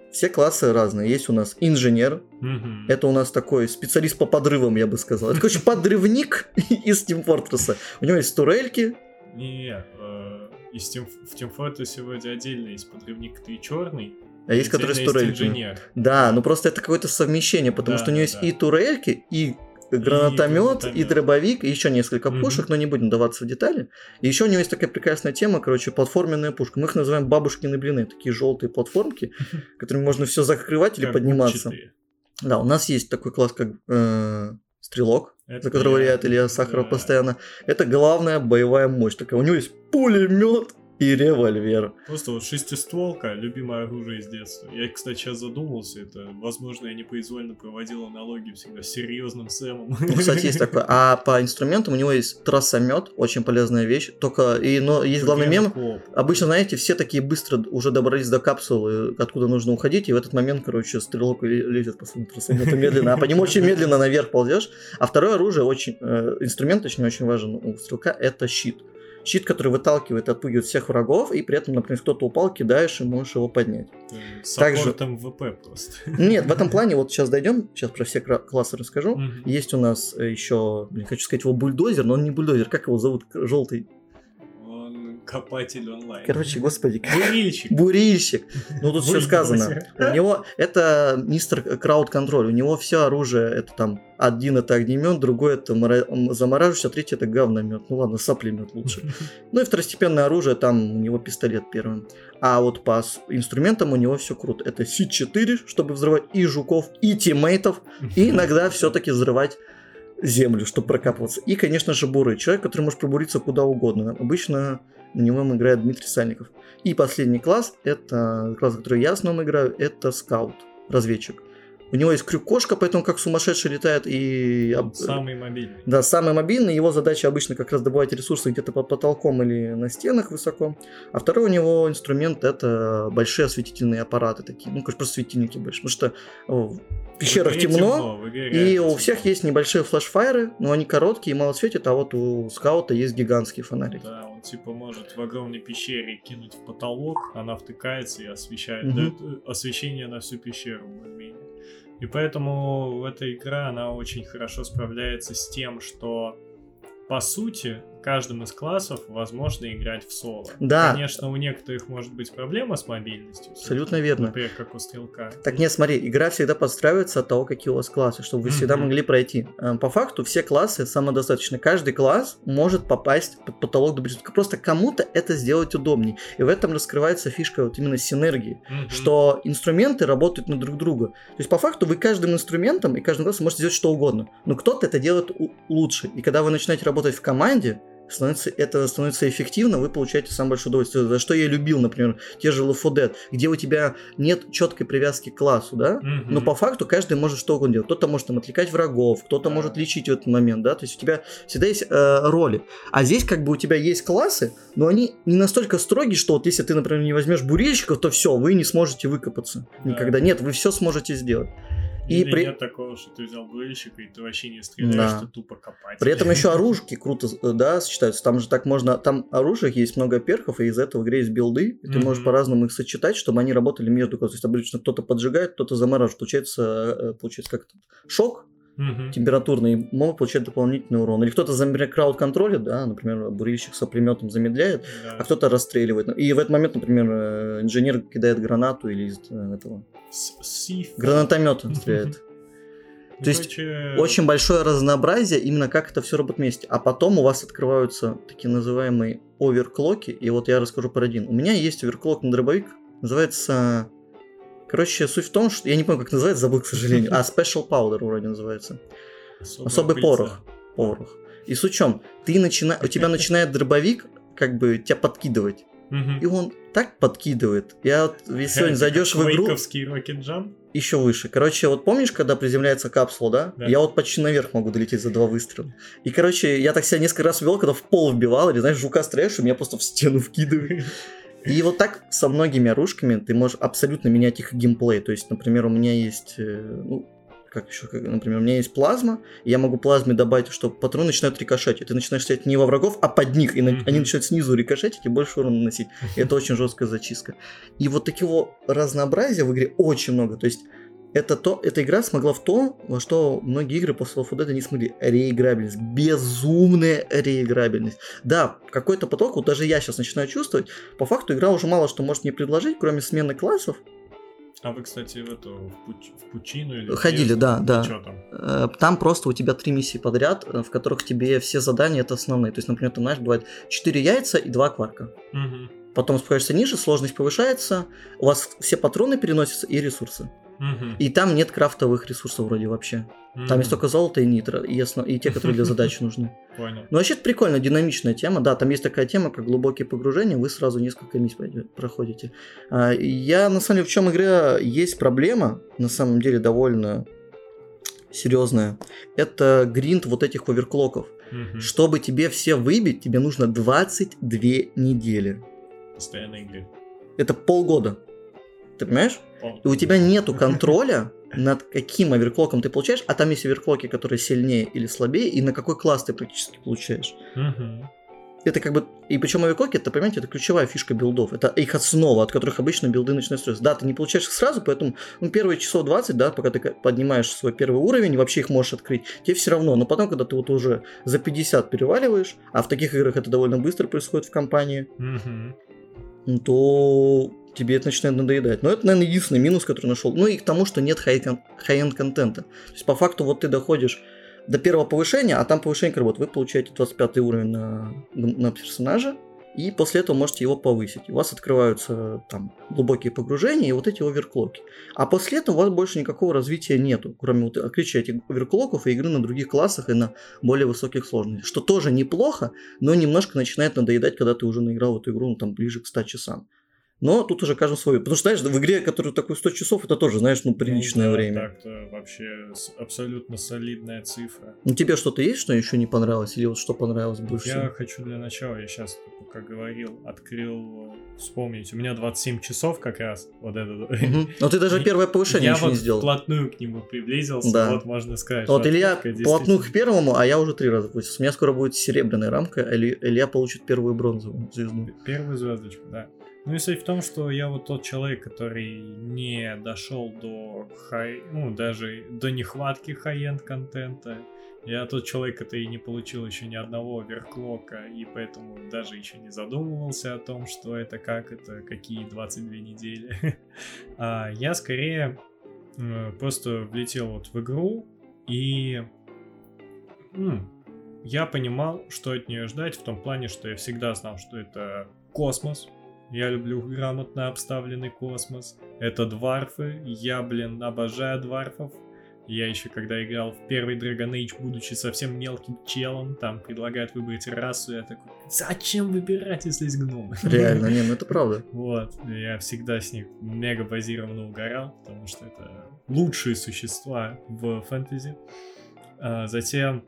все классы разные. Есть у нас инженер, Мгм. это у нас такой специалист по подрывам, я бы сказал. Это, короче, подрывник из Team Fortress. У него есть турельки. Не, э, из Team- в Team Fortress вроде отдельно есть подрывник, ты черный, А есть, который с отдельно есть турельками. инженер. Да, ну просто это какое-то совмещение, потому Да, что у него да, есть да. и турельки, и гранатомет, и гранатомет. дробовик, и еще несколько Мгм. пушек, но не будем даваться в детали. И еще у него есть такая прекрасная тема, короче, платформенная пушка. Мы их называем бабушкины блины, такие желтые платформки, которыми можно все закрывать или Как подниматься. губчатые. Да, у нас есть такой класс, как э, стрелок, Это за которого я- влияет Илья Сахаров да. постоянно. Это главная боевая мощь такая. У него есть пулемет и револьвер. Просто вот шестистволка, любимое оружие из детства. Я, кстати, сейчас задумался, это, возможно, я непроизвольно проводил аналогии всегда с серьезным Сэмом. Ну, кстати, есть такое. А по инструментам у него есть трассомет, очень полезная вещь. Только и, но есть главный мем. Обычно, знаете, все такие быстро уже добрались до капсулы, откуда нужно уходить, и в этот момент, короче, стрелок ле- лезет по своему трассомету медленно, а по нему очень медленно наверх ползешь. А второе оружие, очень, э, инструмент, точнее, очень важен у стрелка, это щит. Щит, который выталкивает и отпугивает всех врагов, и при этом, например, кто-то упал, кидаешь и можешь его поднять. С Также- саппортом ВП просто. Нет, в этом плане, вот сейчас дойдем, сейчас про все кра- классы расскажу. Мгм. Есть у нас э, еще, блин, хочу сказать его бульдозер, но он не бульдозер, как его зовут, желтый? Он копатель онлайн. Короче, господи, как- Бурильщик. бурильщик. Ну тут все Бульдозер. сказано. У него это мистер крауд контроль. У него все оружие это там один это огнемет, другой это мора- м, замораживающий, а третий это говномет. Ну ладно, саплемет лучше. Ну и второстепенное оружие там у него пистолет первым. А вот по с- инструментам у него все круто. Это Си четыре, чтобы взрывать и жуков, и тиммейтов, и иногда все-таки взрывать землю, чтобы прокапываться. И, конечно же, буры. Человек, который может пробуриться куда угодно. Обычно на него играет Дмитрий Сальников. И последний класс, это класс, который я в основном играю, это скаут, разведчик. У него есть крюк-кошка, поэтому как сумасшедший летает и... об- Самый мобильный. Да, самый мобильный. Его задача обычно как раз добывать ресурсы где-то под потолком или на стенах высоко. А второй у него инструмент это большие осветительные аппараты такие. Ну, конечно, просто светильники больше. Потому что о, в пещерах В игре темно, в игре и реально у темно. всех есть небольшие флешфайры, но они короткие и мало светят, а вот у скаута есть гигантские фонарики. Да, он типа может в огромной пещере кинуть в потолок, она втыкается и освещает, Мгм. дает э, освещение на всю пещеру более-менее. И поэтому эта игра, она очень хорошо справляется с тем, что по сути каждым из классов возможно играть в соло. Да. Конечно, у некоторых может быть проблема с мобильностью. Абсолютно верно. Например, как у стрелка. Так нет, смотри, игра всегда подстраивается от того, какие у вас классы, чтобы вы всегда Мгм. могли пройти. Э, По факту все классы самодостаточны. Каждый класс может попасть под потолок до Только просто кому-то это сделать удобней. И в этом раскрывается фишка вот именно синергии. Мгм. Что инструменты работают на друг друга. То есть по факту вы каждым инструментом и каждым классом можете сделать что угодно. Но кто-то это делает у- лучше. И когда вы начинаете работать в команде, становится, это становится эффективно, вы получаете самое большое удовольствие. За что я любил, например, те же Left фор Dead, где у тебя нет четкой привязки к классу, да? Мгм. Но по факту каждый может что угодно делать. Кто-то может там отвлекать врагов, кто-то Да. может лечить в этот момент, да? То есть у тебя всегда есть э, роли. А здесь как бы у тебя есть классы, но они не настолько строгие, что вот если ты, например, не возьмешь бурильщиков, то все, вы не сможете выкопаться. Да. Никогда. Нет, вы все сможете сделать. И Или при... нет такого, что ты взял бурильщика и ты вообще не стреляешь, Да. ты тупо копать. При этом еще оружки круто, э, да, сочетаются. Там же так можно, там оружие есть много перков, и из этого в игре есть билды, и ты Мгм. можешь по-разному их сочетать, чтобы они работали между. То есть обычно кто-то поджигает, кто-то замораживает. Получается, э, получается как-то шок Мгм. температурный, и могут получать дополнительный урон. Или кто-то, например, крауд-контролит, да, например, бурильщик с оплеметом замедляет, Да. а кто-то расстреливает. И в этот момент, например, э, инженер кидает гранату или из э, этого С- сиф. гранатомета стреляет. Ну, то есть короче, Очень большое разнообразие, именно как это все работает вместе. А потом у вас открываются такие называемые оверклоки. И вот я расскажу про один. У меня есть оверклок на дробовик. Называется... Короче, суть в том, что... Я не помню, как называется, забыл, к сожалению. А, Special Powder вроде называется. особая Особый пыльца. порох. Порох. И суть в чем? Ты начина... У тебя начинает дробовик как бы тебя подкидывать. Мгм. И он так подкидывает. Я вот если сегодня Это зайдешь как в игру... Квейковский рокет-джамп. Еще выше. Короче, вот помнишь, когда приземляется капсула, да? Да. Я вот почти наверх могу долететь за два выстрела. И, короче, я так себя несколько раз убивал, когда в пол вбивал, или, знаешь, жука стреляешь, и меня просто в стену вкидывает. И вот так со многими оружками ты можешь абсолютно менять их геймплей. То есть, например, у меня есть... э, ну, как еще, как, например, у меня есть плазма, и я могу плазме добавить, что патроны начинают рикошетить. Ты начинаешь стрелять не во врагов, а под них, и mm-hmm. они начинают снизу рикошетить и больше урона наносить. И это очень жесткая зачистка. И вот такого разнообразия в игре очень много. То есть это то, эта игра смогла в то, во что многие игры после Left фор Dead не смогли. Реиграбельность. Безумная реиграбельность. Да, какой-то поток, вот даже я сейчас начинаю чувствовать, по факту игра уже мало что может мне предложить, кроме смены классов. А вы, кстати, в эту в, пуч, в пучину или ходили, да, да. Что там? Там просто у тебя три миссии подряд, в которых тебе все задания это основные. То есть, например, ты знаешь, бывает четыре яйца и два кварка. Угу. Потом спускаешься ниже, сложность повышается, у вас все патроны переносятся и ресурсы. Угу. И там нет крафтовых ресурсов вроде вообще. Угу. Там есть только золото и нитро, и, основ... и те, которые для задачи нужны. Понял. Ну, вообще, это прикольная, динамичная тема. Да, там есть такая тема, как глубокие погружения, вы сразу несколько миссий проходите. Я, на самом деле, в чем игра есть проблема, на самом деле, довольно серьезная. Это гринд вот этих оверклоков. Угу. Чтобы тебе все выбить, тебе нужно двадцать две недели. Постоянной игры. Это полгода. Ты понимаешь? И у тебя нету контроля над каким оверклоком ты получаешь, а там есть оверклоки, которые сильнее или слабее, и на какой класс ты практически получаешь. Угу. Это как бы... И причем оверклоки, это, понимаете, это ключевая фишка билдов. Это их основа, от которых обычно билды начинают строиться. Да, ты не получаешь их сразу, поэтому ну, первые часов двадцать, да, пока ты поднимаешь свой первый уровень, вообще их можешь открыть, тебе все равно. Но потом, когда ты вот уже за пятьдесят переваливаешь, а в таких играх это довольно быстро происходит в компании, угу. то... тебе это начинает надоедать. Но это, наверное, единственный минус, который нашел. Ну и к тому, что нет хай-энд контента. То есть, по факту, вот ты доходишь до первого повышения, а там повышение, как вот вы получаете двадцать пятый уровень на, на персонажа, и после этого можете его повысить. У вас открываются там глубокие погружения и вот эти оверклоки. А после этого у вас больше никакого развития нету, кроме вот отличия этих оверклоков и игры на других классах и на более высоких сложностях. Что тоже неплохо, но немножко начинает надоедать, когда ты уже наиграл в эту игру ну, там, ближе к ста часам. Но тут уже каждый свой. Потому что, знаешь, в игре, которая такой сто часов, это тоже, знаешь, ну, приличное ну, да, время. Так-то вообще абсолютно солидная цифра. Ну, тебе что-то есть, что еще не понравилось? Или вот что понравилось больше Я всего? хочу для начала, я сейчас, как говорил, открыл, вспомнить. У меня двадцать семь часов как раз. Вот это. Угу. Но ты даже первое повышение я еще вот не сделал. Я вот вплотную к нему приблизился, да. вот можно сказать. Вот Илья действительно... вплотную к первому, а я уже три раза пустил. У меня скоро будет серебряная рамка, а Илья получит первую бронзовую звезду. Первую звездочку, да. Ну и суть в том, что я вот тот человек, который не дошел до хай, ну даже до нехватки хай-энд контента. Я тот человек, который не получил еще ни одного оверклока, и поэтому даже еще не задумывался о том, что это, как это, какие двадцать две недели. а я скорее э, просто влетел вот в игру, и м, я понимал, что от нее ждать, в том плане, что я всегда знал, что это космос. Я люблю грамотно обставленный космос. Это дварфы. Я, блин, обожаю дварфов. Я еще когда играл в первый Dragon Age, будучи совсем мелким челом, там предлагают выбрать расу, я такой, зачем выбирать, если есть гномы? Реально, не, ну это правда. Вот, я всегда с них мега базированно угорал, потому что это лучшие существа в фэнтези. А затем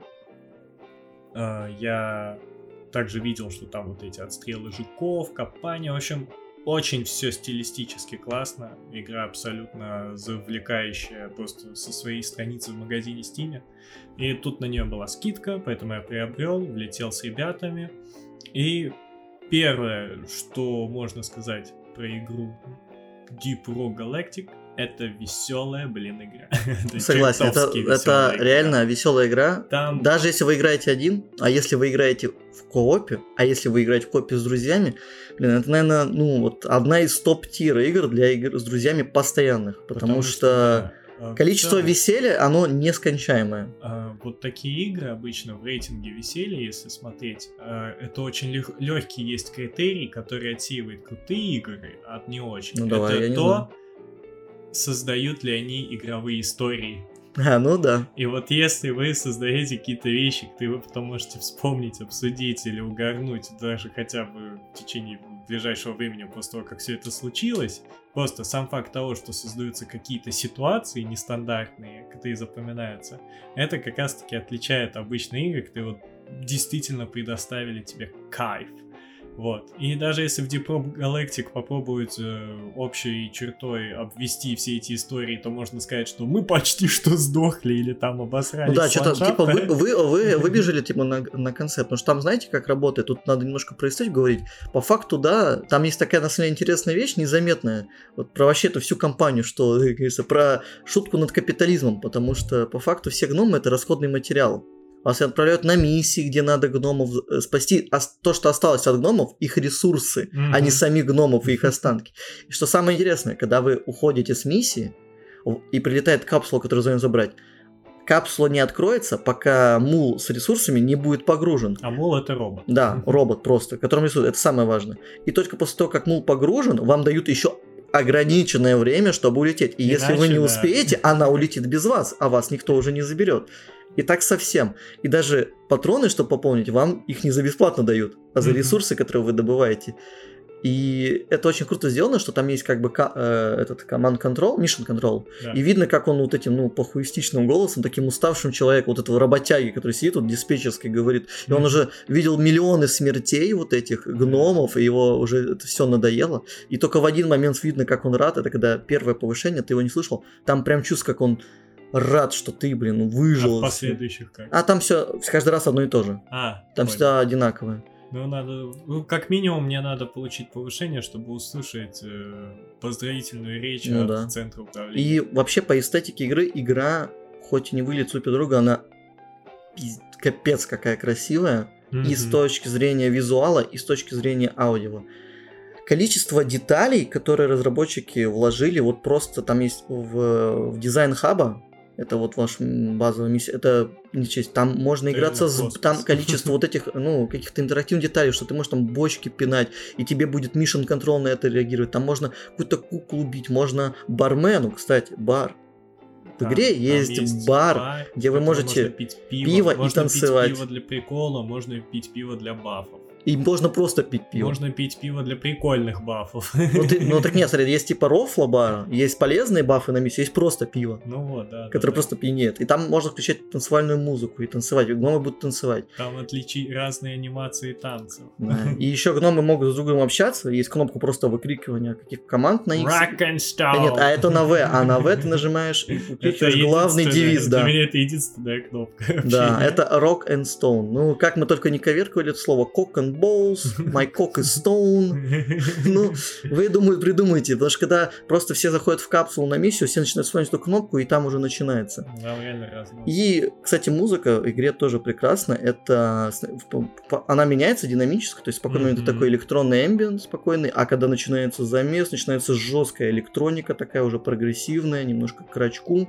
а, я... также видел, что там вот эти отстрелы жуков, копания, в общем, очень все стилистически классно. Игра абсолютно завлекающая просто со своей страницы в магазине Steam. И тут на нее была скидка, поэтому я приобрел, влетел с ребятами. И первое, что можно сказать про игру Deep Rock Galactic, это веселая, блин, игра. Согласен, это, это реально веселая игра. Там... Даже если вы играете один, а если вы играете в коопе, а если вы играете в коопе с друзьями, блин, это, наверное, ну, вот одна из топ-тира игр для игр с друзьями постоянных, потому, потому что, что да, количество целом, веселья, оно нескончаемое. А, вот такие игры обычно в рейтинге веселья, если смотреть, а, это очень лег- легкий есть критерий, который отсеивает крутые игры от не очень. Ну, давай, это я не то, знаю. Создают ли они игровые истории. А, ну да. И вот если вы создаете какие-то вещи, которые вы потом можете вспомнить, обсудить или угорнуть, даже хотя бы в течение ближайшего времени после того, как все это случилось, просто сам факт того, что создаются какие-то ситуации нестандартные, которые запоминаются, это как раз-таки отличает обычные игры, которые вот действительно предоставили тебе кайф. Вот. И даже если в Deep Rock Galactic попробуют э, общей чертой обвести все эти истории, то можно сказать, что мы почти что сдохли или там обосрались. Ну да, что-то типа вы, вы, вы выбежали типа на, на концепт. Потому что там знаете, как работает? Тут надо немножко про историю говорить. По факту, да, там есть такая на самом деле интересная вещь, незаметная. Вот про вообще эту всю компанию, что, как говорится, про шутку над капитализмом. Потому что по факту все гномы — это расходный материал. Вас отправляют на миссии, где надо гномов спасти. А то, что осталось от гномов, их ресурсы, mm-hmm. а не самих гномов и их останки. И что самое интересное, когда вы уходите с миссии, и прилетает капсула, которую нужно забрать, капсула не откроется, пока мул с ресурсами не будет погружен. А мул — это робот. Да, робот просто, которому ресурсы. Это самое важное. И только после того, как мул погружен, вам дают еще ограниченное время, чтобы улететь. И Иначе, если вы не да. успеете, она улетит без вас, а вас никто уже не заберет. И так совсем. И даже патроны, чтобы пополнить, вам их не за бесплатно дают, а за mm-hmm. ресурсы, которые вы добываете. И это очень круто сделано, что там есть как бы э, этот command control, mission control. Yeah. И видно, как он вот этим, ну, похуистичным голосом, таким уставшим человеком, вот этого работяги, который сидит тут диспетчерской, говорит. И mm-hmm. он уже видел миллионы смертей вот этих гномов, и его уже это все надоело. И только в один момент видно, как он рад. Это когда первое повышение, ты его не слышал. Там прям чувствую, как он рад, что ты, блин, выжил. А последующих как? А там все каждый раз одно и то же. А, там понял. Всегда одинаковое. Ну, надо, ну, как минимум, мне надо получить повышение, чтобы услышать э, поздравительную речь ну, от да. центра управления. И вообще по эстетике игры, игра, хоть и не выглядит супер дорого, она пиз... капец какая красивая. Mm-hmm. И с точки зрения визуала, и с точки зрения аудио. Количество деталей, которые разработчики вложили, вот просто там есть в, в дизайн хаба. Это вот ваш базовая миссия. Это не честь. Там можно это играться с там количество вот этих, ну, каких-то интерактивных деталей, что ты можешь там бочки пинать, и тебе будет mission control на это реагировать. Там можно какую-то куклу бить, можно бармену, кстати, бар. В игре там, есть, там есть бар, бар, где вы можете пить пиво, пиво можно и танцевать. Пить пиво для прикола, можно пить пиво для бафов. И можно просто пить пиво. Можно пить пиво для прикольных бафов. Ну, ты, ну так нет, смотри, есть типа рофла бара, есть полезные бафы на миссии, есть просто пиво. Ну вот, да. Которое да, просто да. пьянеет. И там можно включать танцевальную музыку и танцевать. И гномы будут танцевать. Там отличить разные анимации танцев. Да. И еще гномы могут с другом общаться. Есть кнопка просто выкрикивания каких команд на X. Rock and Stone. А нет, а это на V. А на V ты нажимаешь и выкрикиваешь главный девиз. Для да. меня это единственная кнопка. Да, это Rock and Stone. Ну, как мы только не коверкивали это слово cock and balls. My cock is stone. Ну, вы, думаю, придумаете, потому что когда просто все заходят в капсулу на миссию, все начинают вспомнить эту кнопку, и там уже начинается. Да, реально разно. И, кстати, музыка в игре тоже прекрасна. Это она меняется динамически, то есть спокойно mm-hmm. это такой электронный эмбиент спокойный, а когда начинается замес, начинается жесткая электроника, такая уже прогрессивная, немножко к крачку.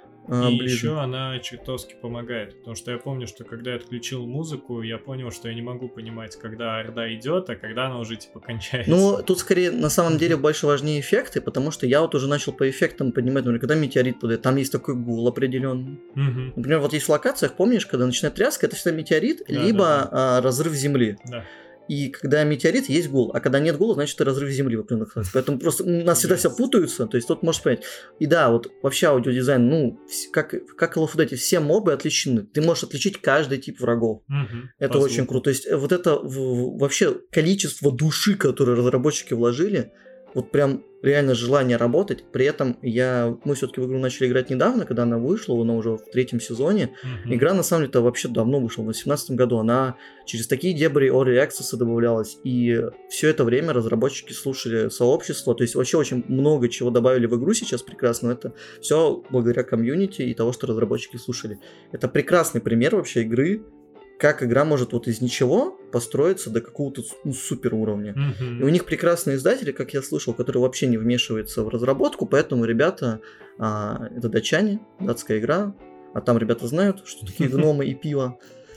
И ближе. Еще она чертовски помогает, потому что я помню, что когда я отключил музыку, я понял, что я не могу понимать, когда орда идет, а когда она уже типа кончается. Ну, тут скорее на самом деле больше важнее эффекты, потому что я вот уже начал по эффектам понимать, например, когда метеорит падает, там есть такой гул определенный. Угу. Например, вот есть в локациях, помнишь, когда начинает тряска, это всегда метеорит, да, либо да, да. А, разрыв земли. Да. И когда метеорит, есть гул, а когда нет гула, значит это разрыв земли в определенных случаях. Поэтому просто у нас всегда все путаются, то есть тут можешь понять. И да, вот вообще аудиодизайн, ну, как, как Call of Duty, все мобы отличены. Ты можешь отличить каждый тип врагов. Угу, это очень круто. То есть вот это в, вообще количество души, которое разработчики вложили, вот прям реально желание работать. При этом я, мы все-таки в игру начали играть недавно, когда она вышла, она уже в третьем сезоне. Mm-hmm. Игра на самом деле-то вообще давно вышла, в две тысячи восемнадцатом году. Она через такие дебри Early Access добавлялась. И все это время разработчики слушали сообщество. То есть вообще очень много чего добавили в игру сейчас прекрасно. Это все благодаря комьюнити и того, что разработчики слушали. Это прекрасный пример вообще игры, как игра может вот из ничего построиться до какого-то ну, супер уровня. Mm-hmm. И у них прекрасные издатели, как я слышал, которые вообще не вмешиваются в разработку, поэтому ребята, а, это датчане, датская игра, а там ребята знают, что такие гномы и пиво.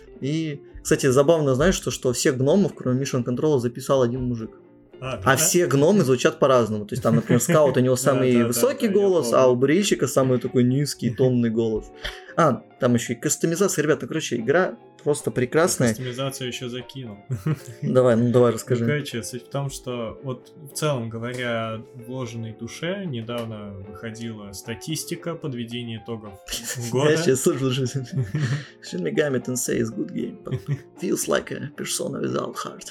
И, кстати, забавно, знаешь, что, что всех гномов, кроме Mission Control, записал один мужик. А, а все гномы звучат по-разному. То есть там, например, Скаут, у него самый высокий голос, а у Брейщика самый такой низкий, томный голос. А, там еще и кастомизация. Ребята, короче, игра просто прекрасная. Кастомизацию еще закинул. Давай, ну давай расскажи. Ну, короче, суть в том, что вот в целом говоря о вложенной душе, недавно выходила статистика подведения итогов года. Я сейчас слушаю, что Shin Megami Tensei is good game, but feels like a persona without heart.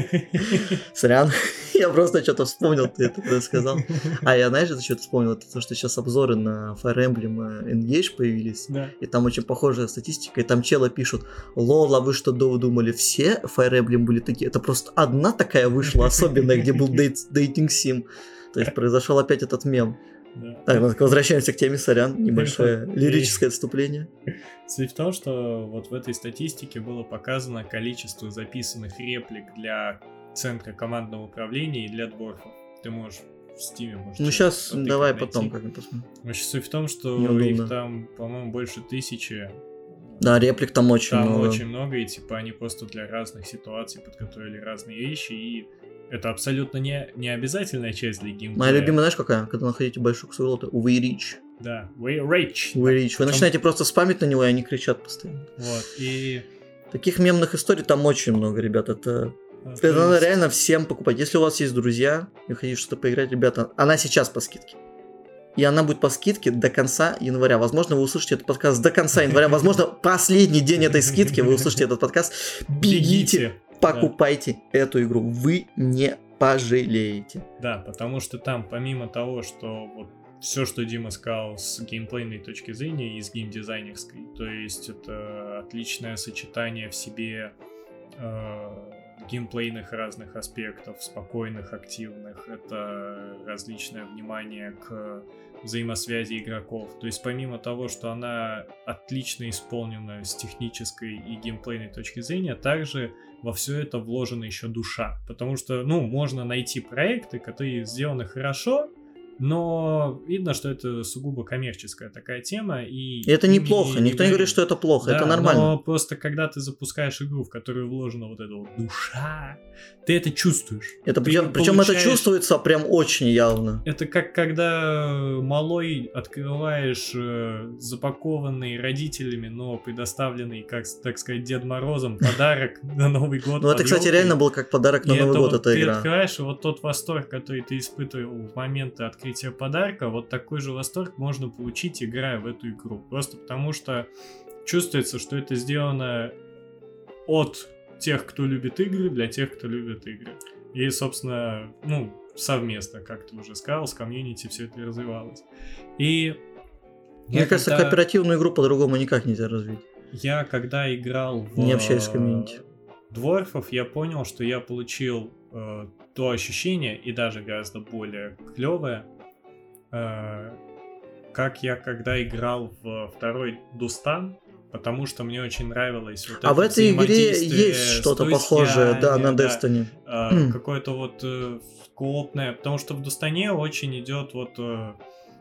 Сорян, я просто что-то вспомнил, ты это сказал. А я, знаешь, это что-то вспомнил, это то, что сейчас обзоры на Fire Emblem Engage появились, Да. и там очень похожая статистика, и там челы пишут: лол, а вы что думали, все Fire Emblem были такие? Это просто одна такая вышла особенная, где был дейтинг сим. То есть произошел опять этот мем. Да. Так, ну, возвращаемся к теме, сорян, небольшое лирическое отступление. Суть в том, что вот в этой статистике было показано количество записанных реплик для центра командного управления и для дворфов. Ты можешь в Стиме, может, Ну сейчас давай потом как-нибудь посмотрим. Вообще суть в том, что Неудобно. их там, по-моему, больше тысячи. Да, реплик там очень Там много. очень много, и типа они просто для разных ситуаций подготовили разные вещи, и это абсолютно не, не обязательная часть для геймплея. Моя любимая, знаешь, какая? Когда находите большой кусок золота. We reach. Да, we reach. We reach. Вы Там- начинаете просто спамить на него, и они кричат постоянно. Вот, и... Таких мемных историй там очень много, ребят. Это, а, это то надо есть- реально всем покупать. Если у вас есть друзья, и хотите что-то поиграть, ребята, она сейчас по скидке. И она будет по скидке до конца января. Возможно, вы услышите этот подкаст до конца января. Возможно, последний день этой скидки вы услышите этот подкаст. Бегите, покупайте эту игру. Вы не пожалеете. Да, потому что там, помимо того, что вот все, что Дима сказал с геймплейной точки зрения и с геймдизайнерской, то есть это отличное сочетание в себе э, геймплейных разных аспектов, спокойных, активных, это различное внимание к взаимосвязи игроков. То есть помимо того, что она отлично исполнена с технической и геймплейной точки зрения, также во все это вложена еще душа. Потому что, ну, можно найти проекты, которые сделаны хорошо, но видно, что это сугубо коммерческая такая тема. И, И это ими неплохо. Никто не говорит, что это плохо. Да, это нормально. Но просто когда ты запускаешь игру, в которую вложена вот эта вот душа, ты это чувствуешь. Это Ты причем, причем это получаешь- чувствуется прям очень явно. Это как когда малой открываешь э, запакованный родителями, но предоставленный, как так сказать, Дед Морозом подарок на Новый год. Ну это, под кстати, ёлкой. реально был как подарок на И Новый это год, вот эта ты игра. открываешь, и вот тот восторг, который ты испытывал в моменты открытия подарка, вот такой же восторг можно получить, играя в эту игру. Просто потому что чувствуется, что это сделано от тех, кто любит игры, для тех, кто любит игры. И, собственно, ну, совместно, как ты уже сказал, с комьюнити все это развивалось. И Мне я кажется, когда- кооперативную игру по-другому никак нельзя развить. я когда играл в Не общаясь с комьюнити. Дворфов, я понял, что я получил э, то ощущение, и даже гораздо более клевое, э, как я когда играл в второй Дустан, потому что мне очень нравилось вот А это в этой игре взаимодействие есть с что-то друзьями, похожее, да, на да, Destiny. э, какое-то вот э, коопное, потому что в Дустане очень идет вот э,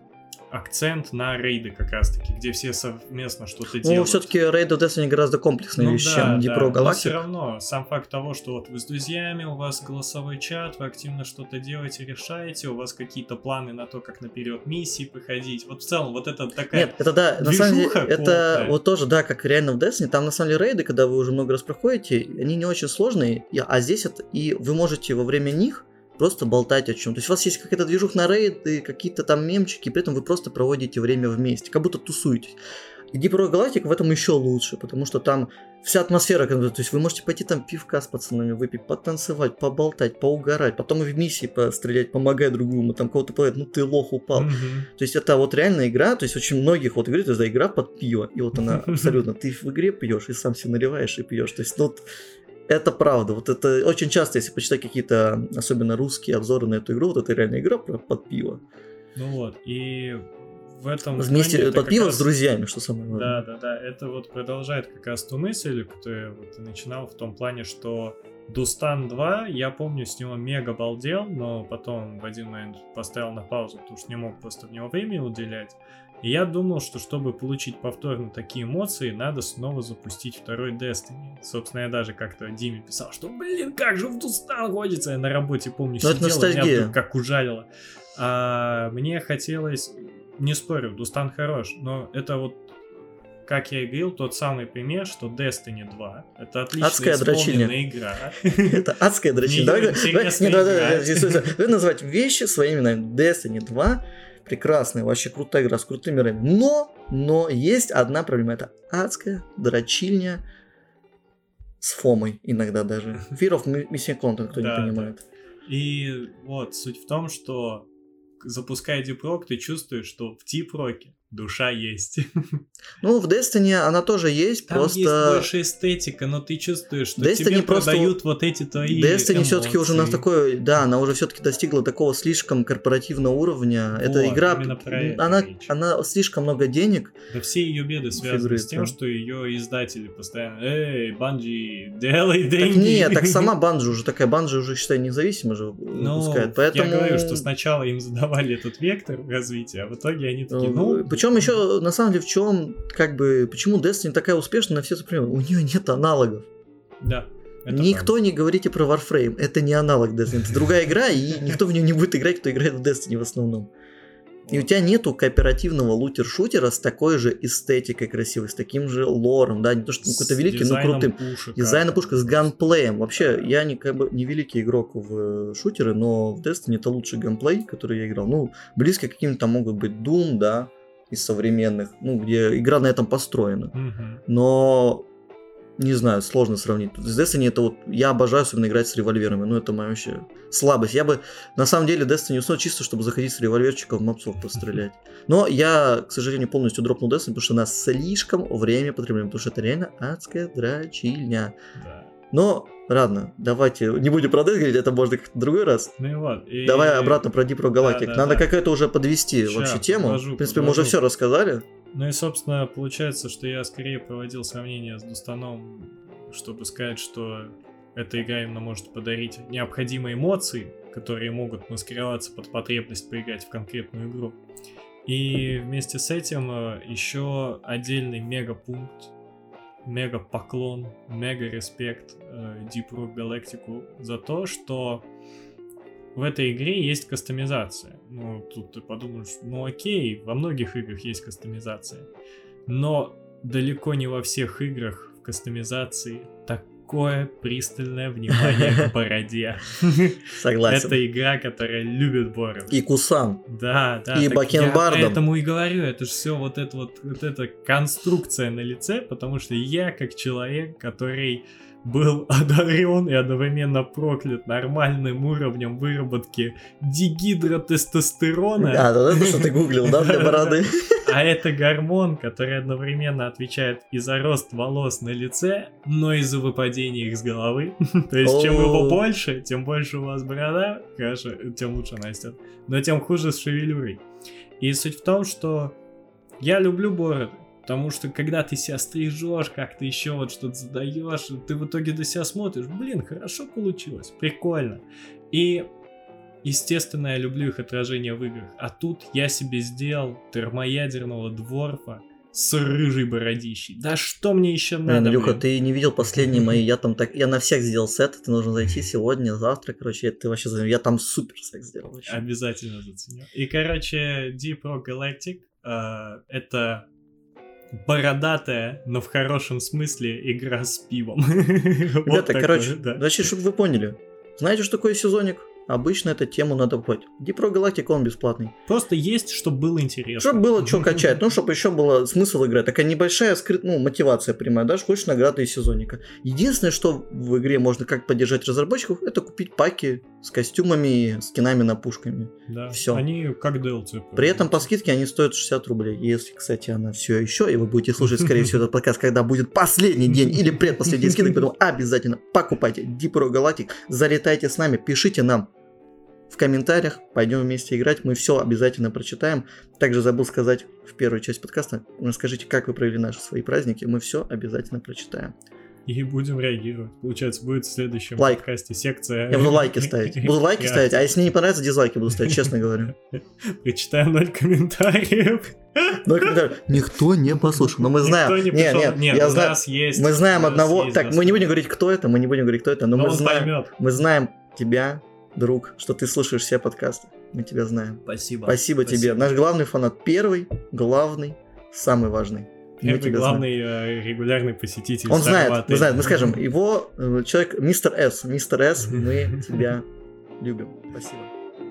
акцент на рейды как раз-таки, где все совместно что-то Ну, делают. все-таки Raid of Destiny гораздо комплексная Ну вещь, да, чем да, Deep Rock но все Galactic. равно сам факт того, что вот вы с друзьями, у вас голосовой чат, вы активно что-то делаете, решаете, у вас какие-то планы на то, как наперед миссии проходить. Вот в целом вот это такая... Нет, это да, на самом деле, движуха это коопная. вот тоже, да, как реально в Destiny, там на самом деле рейды, когда вы уже много раз проходите, они не очень сложные, и- а здесь это, и вы можете во время них просто болтать о чем. То есть у вас есть какая-то движуха на рейды, какие-то там мемчики, при этом вы просто проводите время вместе, как будто тусуетесь. И Deep Rock Galactic в этом еще лучше, потому что там вся атмосфера, как бы, то есть вы можете пойти там пивка с пацанами выпить, потанцевать, поболтать, поугарать, потом и в миссии пострелять, помогая другому, там кого-то povedать, ну ты лох упал. Мгм. То есть это вот реальная игра, то есть очень многих вот говорит, это игра под пиво, и вот она абсолютно, ты в игре пьешь и сам себе наливаешь и пьешь, то есть ну, вот это правда, вот это очень часто, если почитать какие-то, особенно русские обзоры на эту игру, вот это реальная игра про- под пиво. Ну вот, и в этом... Вместе плане это под как пиво раз- с друзьями, что самое главное. Да, да, да, это вот продолжает как раз ту мысль, которую вот ты начинал в том плане, что Дустан два, я помню, с него мега балдел, но потом в один момент поставил на паузу, потому что не мог просто в него время уделять. И я думал, что чтобы получить повторно такие эмоции, надо снова запустить второй Destiny. Собственно, я даже как-то Диме писал, что, блин, как же в Дустан ходится. Я на работе, помню, Ну, это сидел, и меня ностальгия. вдруг как ужалило. А мне хотелось, не спорю, Дустан хорош, но это вот как я и говорил, тот самый пример, что Destiny два — это отличная адская исполненная дрочильня. игра. Это адская дрочильня. Давай, интересная давай, давай, игра. давай, давай, давай называть вещи своими именами. Destiny два прекрасная, вообще крутая игра с крутыми мирами. Но, но есть одна проблема. Это адская дрочильня с фомой иногда даже. Fear of Missing Content, кто Да, не понимает. да. И вот суть в том, что запуская Deep Rock, ты чувствуешь, что в Deep Rock'е душа есть. Ну, в Destiny она тоже есть, Там просто... есть больше эстетика, но ты чувствуешь, что Destiny тебе просто... продают вот эти твои Destiny эмоции. все-таки уже на такой, да, она уже все-таки достигла такого слишком корпоративного уровня. Вот, Эта игра, именно про это она, речь. она слишком много денег. Да все ее беды связаны Фигуры, с тем, да. что ее издатели постоянно: эй, Банжи, делай деньги. Так нет, так сама Банжи уже такая, Банжи уже, считай, независимо же Ну, выпускает. Поэтому... я говорю, что сначала им задавали этот вектор развития, а в итоге они такие, ну... Причем еще, на самом деле, в чем, как бы, почему Destiny такая успешная на все это примеры? У нее нет аналогов. Да. это Никто правда. не говорите про Warframe, это не аналог Destiny, это другая игра, и никто в нее не будет играть, кто играет в Destiny в основном. И у тебя нету кооперативного лутер-шутера с такой же эстетикой красивой, с таким же лором, да, не то что ну, какой-то великий, но крутым. Дизайном пушка с ганплеем. Вообще, я не, как бы, не великий игрок в шутеры, но в Destiny это лучший геймплей, который я играл. Ну, близко к каким-то могут быть Doom, да, из современных, ну, где игра на этом построена. Угу. Но... Не знаю, сложно сравнить. С Destiny это вот... Я обожаю особенно играть с револьверами. Ну, это моя вообще слабость. Я бы, на самом деле, Destiny уснул чисто, чтобы заходить с револьверчика в мопсов пострелять. Но я, к сожалению, полностью дропнул Destiny, потому что она слишком время потребляем. Потому что это реально адская дрочильня. Да. Но, ладно, давайте... Не будем про Destiny говорить, это можно как-то в другой раз. Ну и вот. И... Давай обратно про Deep Rock Galactic. Да, да, Надо да. какая-то уже подвести Ща, вообще тему. подвожу, в принципе, подвожу. мы уже все рассказали. Ну и, собственно, получается, что я скорее проводил сравнение с Дустаном, чтобы сказать, что эта игра именно может подарить необходимые эмоции, которые могут маскироваться под потребность поиграть в конкретную игру. И вместе с этим еще отдельный мега-пункт, мега-поклон, мега-респект Deep Rock Galactic за то, что в этой игре есть кастомизация. Ну, тут ты подумаешь, ну окей, во многих играх есть кастомизация. Но далеко не во всех играх в кастомизации такое пристальное внимание к бороде. Согласен. Это игра, которая любит бороду. И Кусан. Да, да. И так бакенбардом. Я поэтому и говорю, это же все вот это вот, вот эта конструкция на лице, потому что я как человек, который был одарен и одновременно проклят нормальным уровнем выработки дигидротестостерона. А, да, это что ты гуглил, да, для бороды? А это гормон, который одновременно отвечает и за рост волос на лице, но и за выпадение их с головы. То есть, чем его больше, тем больше у вас борода, хорошо, тем лучше она растет, но тем хуже с шевелюрой. И суть в том, что я люблю бороды. Потому что когда ты себя стрижешь, как-то еще вот что-то задаешь, ты в итоге до себя смотришь, блин, хорошо получилось, прикольно. И, естественно, я люблю их отражение в играх. А тут я себе сделал термоядерного дворфа с рыжей бородищей. Да что мне еще надо, Илюха, блин? ты не видел последние мои, я там так, я на всех сделал сет, ты должен зайти сегодня, завтра, короче, ты вообще, я там супер сет сделал. Вообще. Обязательно заценю. И, короче, Deep Rock Galactic э, это... бородатая, но в хорошем смысле игра с пивом. Ребята, короче, значит, чтобы вы поняли, знаете, что такое сезонник? Обычно эту тему надо покупать. Deep Rock Galactic, он бесплатный. Просто есть, чтобы было интересно. Чтобы было что качать, ну, чтобы еще было смысл играть. Такая небольшая скрыт, ну, мотивация прямая, даже хочешь награды из сезонника. Единственное, что в игре можно как поддержать разработчиков, это купить паки с костюмами, скинами на пушками. Да, все. Они как ди эл си. При этом по скидке они стоят шестьдесят рублей. Если, кстати, она все еще, и вы будете слушать, скорее всего, этот подкаст, когда будет последний день или предпоследний день скидок, поэтому обязательно покупайте Deep Rock Galactic, залетайте с нами, пишите нам в комментариях, пойдем вместе играть, мы все обязательно прочитаем. Также забыл сказать в первую часть подкаста, расскажите, как вы провели наши свои праздники, мы все обязательно прочитаем. И будем реагировать. Получается, будет в следующем Лайк. подкасте секция. Я буду лайки ставить. Буду лайки ставить, а если мне не понравится, дизлайки буду ставить, честно говорю. Прочитаем ноль комментариев. Ноль комментариев. Никто не послушал, но мы знаем. Никто не Нет, пришел. нет, Нет, я у знаю. нас есть. Мы знаем у нас одного. есть Так, мы не доступ. будем говорить, кто это, мы не будем говорить, кто это, но Но мы он знаем. поймет. Мы знаем тебя, друг, что ты слушаешь все подкасты. Мы тебя знаем. Спасибо. Спасибо тебе. Наш главный фанат, первый, главный, самый важный. Первый главный э, регулярный посетитель. Он знает, мы знаем, мы скажем, его э, человек, мистер С. Мистер С, мы тебя любим. Спасибо.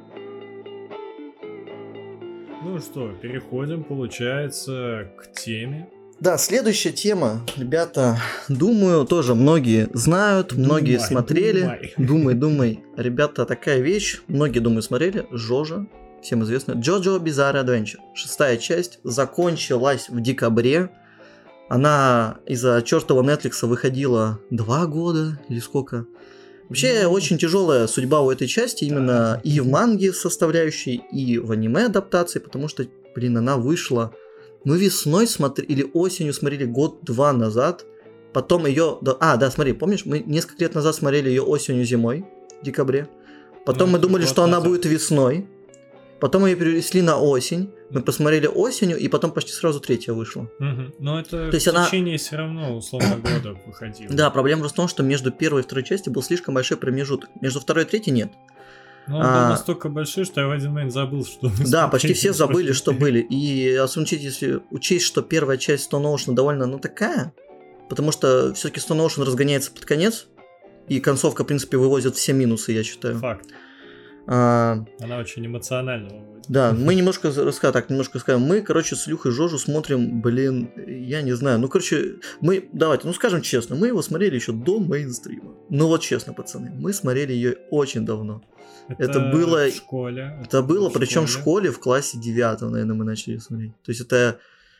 Ну что, переходим, получается, к теме. Да, следующая тема, ребята, думаю, тоже многие знают, думай, многие смотрели. Думай, думай. Ребята, такая вещь, многие, думаю, смотрели. Жожа, всем известно. JoJo Bizarre Adventure. Шестая часть закончилась в декабре. Она из-за чертова Netflix выходила два года или сколько. Вообще, ну, очень тяжелая судьба у этой части, именно и в манге составляющей, и в аниме адаптации, потому что, блин, она вышла... Мы весной смотрели, или осенью смотрели год-два назад, потом ее... А, да, смотри, помнишь, мы несколько лет назад смотрели ее осенью-зимой, в декабре. Потом ну, мы думали, что назад. Она будет весной. Потом ее перенесли на осень. Мы посмотрели осенью, и потом почти сразу третья вышла. Угу. Но это То в течение она... все равно, условно, года выходило. Да, проблема в том, что между первой и второй частью был слишком большой промежуток. Между второй и третьей нет. Ну, он а... был настолько большой, что я в один момент забыл, что... Мы да, почти все забыли, что были. И особенно если учесть, что первая часть Stone Ocean довольно, ну, такая, потому что все-таки Stone Ocean разгоняется под конец, и концовка, в принципе, вывозит все минусы, я считаю. Факт. А... Она очень эмоционально выводит. Да, мы немножко, расскажем, так, немножко скажем, мы, короче, с Илюхой Жожу смотрим, блин, я не знаю, ну, короче, мы, давайте, ну, скажем честно, мы его смотрели еще до мейнстрима. Ну, вот честно, пацаны, мы смотрели ее очень давно. Это, это было в школе. Это, это было, в причем школе. в школе в классе девятом, наверное, мы начали смотреть. То есть это...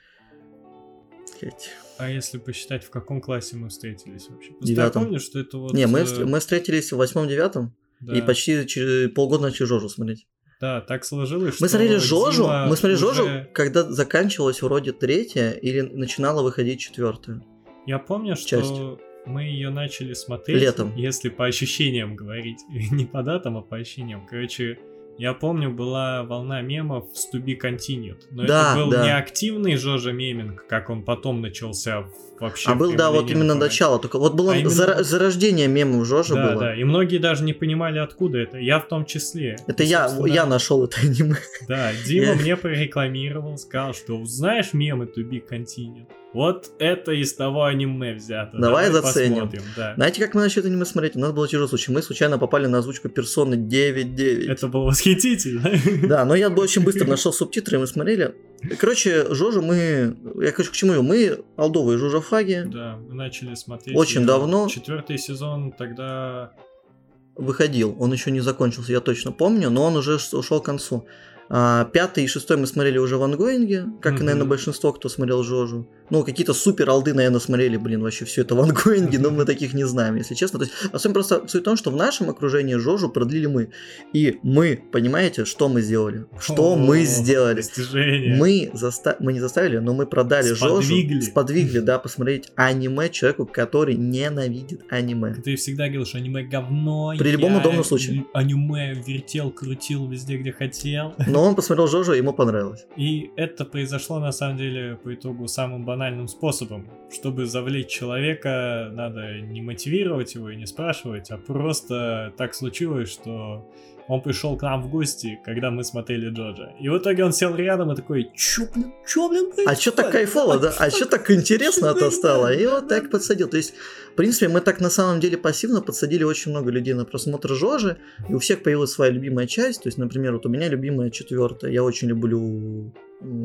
А если посчитать, в каком классе мы встретились вообще? Девятом. Я помню, что это вот... Не, мы, мы встретились в восьмом-девятом, да. И почти через полгода начали Жожу смотреть. Да, так сложилось, мы что... Смотрели Жожу, мы смотрели уже... Жожу, когда заканчивалась вроде третья или начинала выходить четвертая. Я помню, часть. что... Мы ее начали смотреть, летом. Если по ощущениям говорить, не по датам, а по ощущениям. Короче, я помню, была волна мемов с To Be Continued, но да, это был да. не активный Жожа меминг, как он потом начался вообще. А был, да, вот именно начало, только вот было а именно... зар- зарождение мемов Жожа да, было. Да, и многие даже не понимали, откуда это, я в том числе. Это и, я, я нашел это аниме. Да, Дима мне прорекламировал, сказал, что знаешь мемы To Be Continued? Вот это из того аниме взято. Давай, Давай заценим. Посмотрим, да. Знаете, как мы начали аниме смотреть? У нас был тяжелый случай. Мы случайно попали на озвучку Персоны девять девять. Это было восхитительно. Да, но я очень быстро нашел субтитры, и мы смотрели. Короче, Жожу мы... Я, короче, к чему ее? Мы олдовые жожофаги. Да, мы начали смотреть. Очень давно. Четвертый сезон тогда... Выходил. Он еще не закончился, я точно помню, но он уже ушел к концу. А, пятый и шестой мы смотрели уже в ангоинге, как mm-hmm. и, наверное, большинство, кто смотрел Жожу. Ну, какие-то супер алды, наверное, смотрели, блин, вообще все это в ангоинге, но мы таких не знаем, если честно. То есть, особенно просто суть в том, что в нашем окружении Жожу продлили мы. И мы, понимаете, что мы сделали? Что О, мы сделали? Достижение. Мы, заста... мы не заставили, но мы продали сподвигли. Жожу, сподвигли, да, посмотреть аниме человеку, который ненавидит аниме. Ты всегда говорил, что аниме говно. При любом удобном случае. Аниме вертел, крутил везде, где хотел. Но он посмотрел Жожу, ему понравилось. И это произошло, на самом деле, по итогу самым банальным способом. Чтобы завлечь человека, надо не мотивировать его и не спрашивать, а просто так случилось, что он пришел к нам в гости, когда мы смотрели Джоджо. И в итоге он сел рядом и такой, чё, блин, чё, блин, происходит? А чё так кайфово, да? А чё так интересно это стало? И вот так подсадил. То есть, в принципе, мы так на самом деле пассивно подсадили очень много людей на просмотр Жожи, и у всех появилась своя любимая часть. То есть, например, вот у меня любимая четвертая. Я очень люблю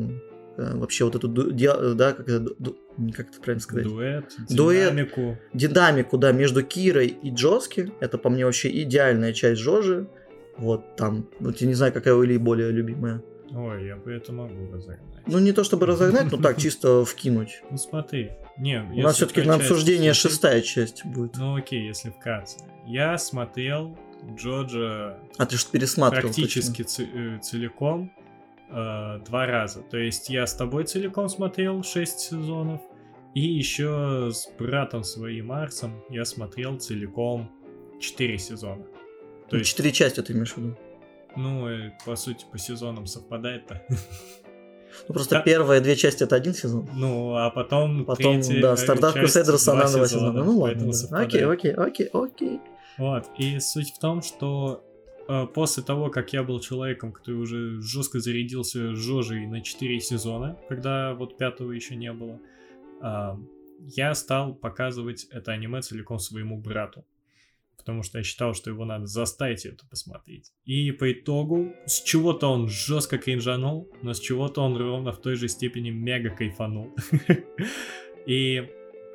вообще вот эту, да, как это, как это правильно сказать? Дуэт, динамику. Дуэт, динамику, да, между Кирой и Джоски. Это по мне вообще идеальная часть Жожи. Вот там, вот я не знаю, какая у Ильи более любимая. Ой, я бы это могу разогнать. Ну, не то чтобы разогнать, но так, чисто вкинуть. Ну, смотри. Не, у нас все-таки на обсуждение часть... шестая часть будет. Ну, окей, если вкратце. Я смотрел Джоджо... А ты что пересматривал? Практически ц- целиком э, два раза. То есть я с тобой целиком смотрел шесть сезонов, и еще с братом своим Арсом я смотрел целиком четыре сезона. То есть... Четыре части ты имеешь в виду? Ну, по сути, по сезонам совпадает-то. Ну, просто да. Первые две части это один сезон. Ну, а потом Потом, третья да, Stardust Crusaders, она два сезона. сезона. Ну, ладно. Да. Окей, окей, окей, окей. Вот, и суть в том, что э, после того, как я был человеком, который уже жестко зарядился Жожей на четыре сезона, когда вот пятого еще не было, я стал показывать это аниме целиком своему брату. Потому что я считал, что его надо заставить это посмотреть. И по итогу, с чего-то он жестко кринжанул, но с чего-то он ровно в той же степени мега кайфанул. И...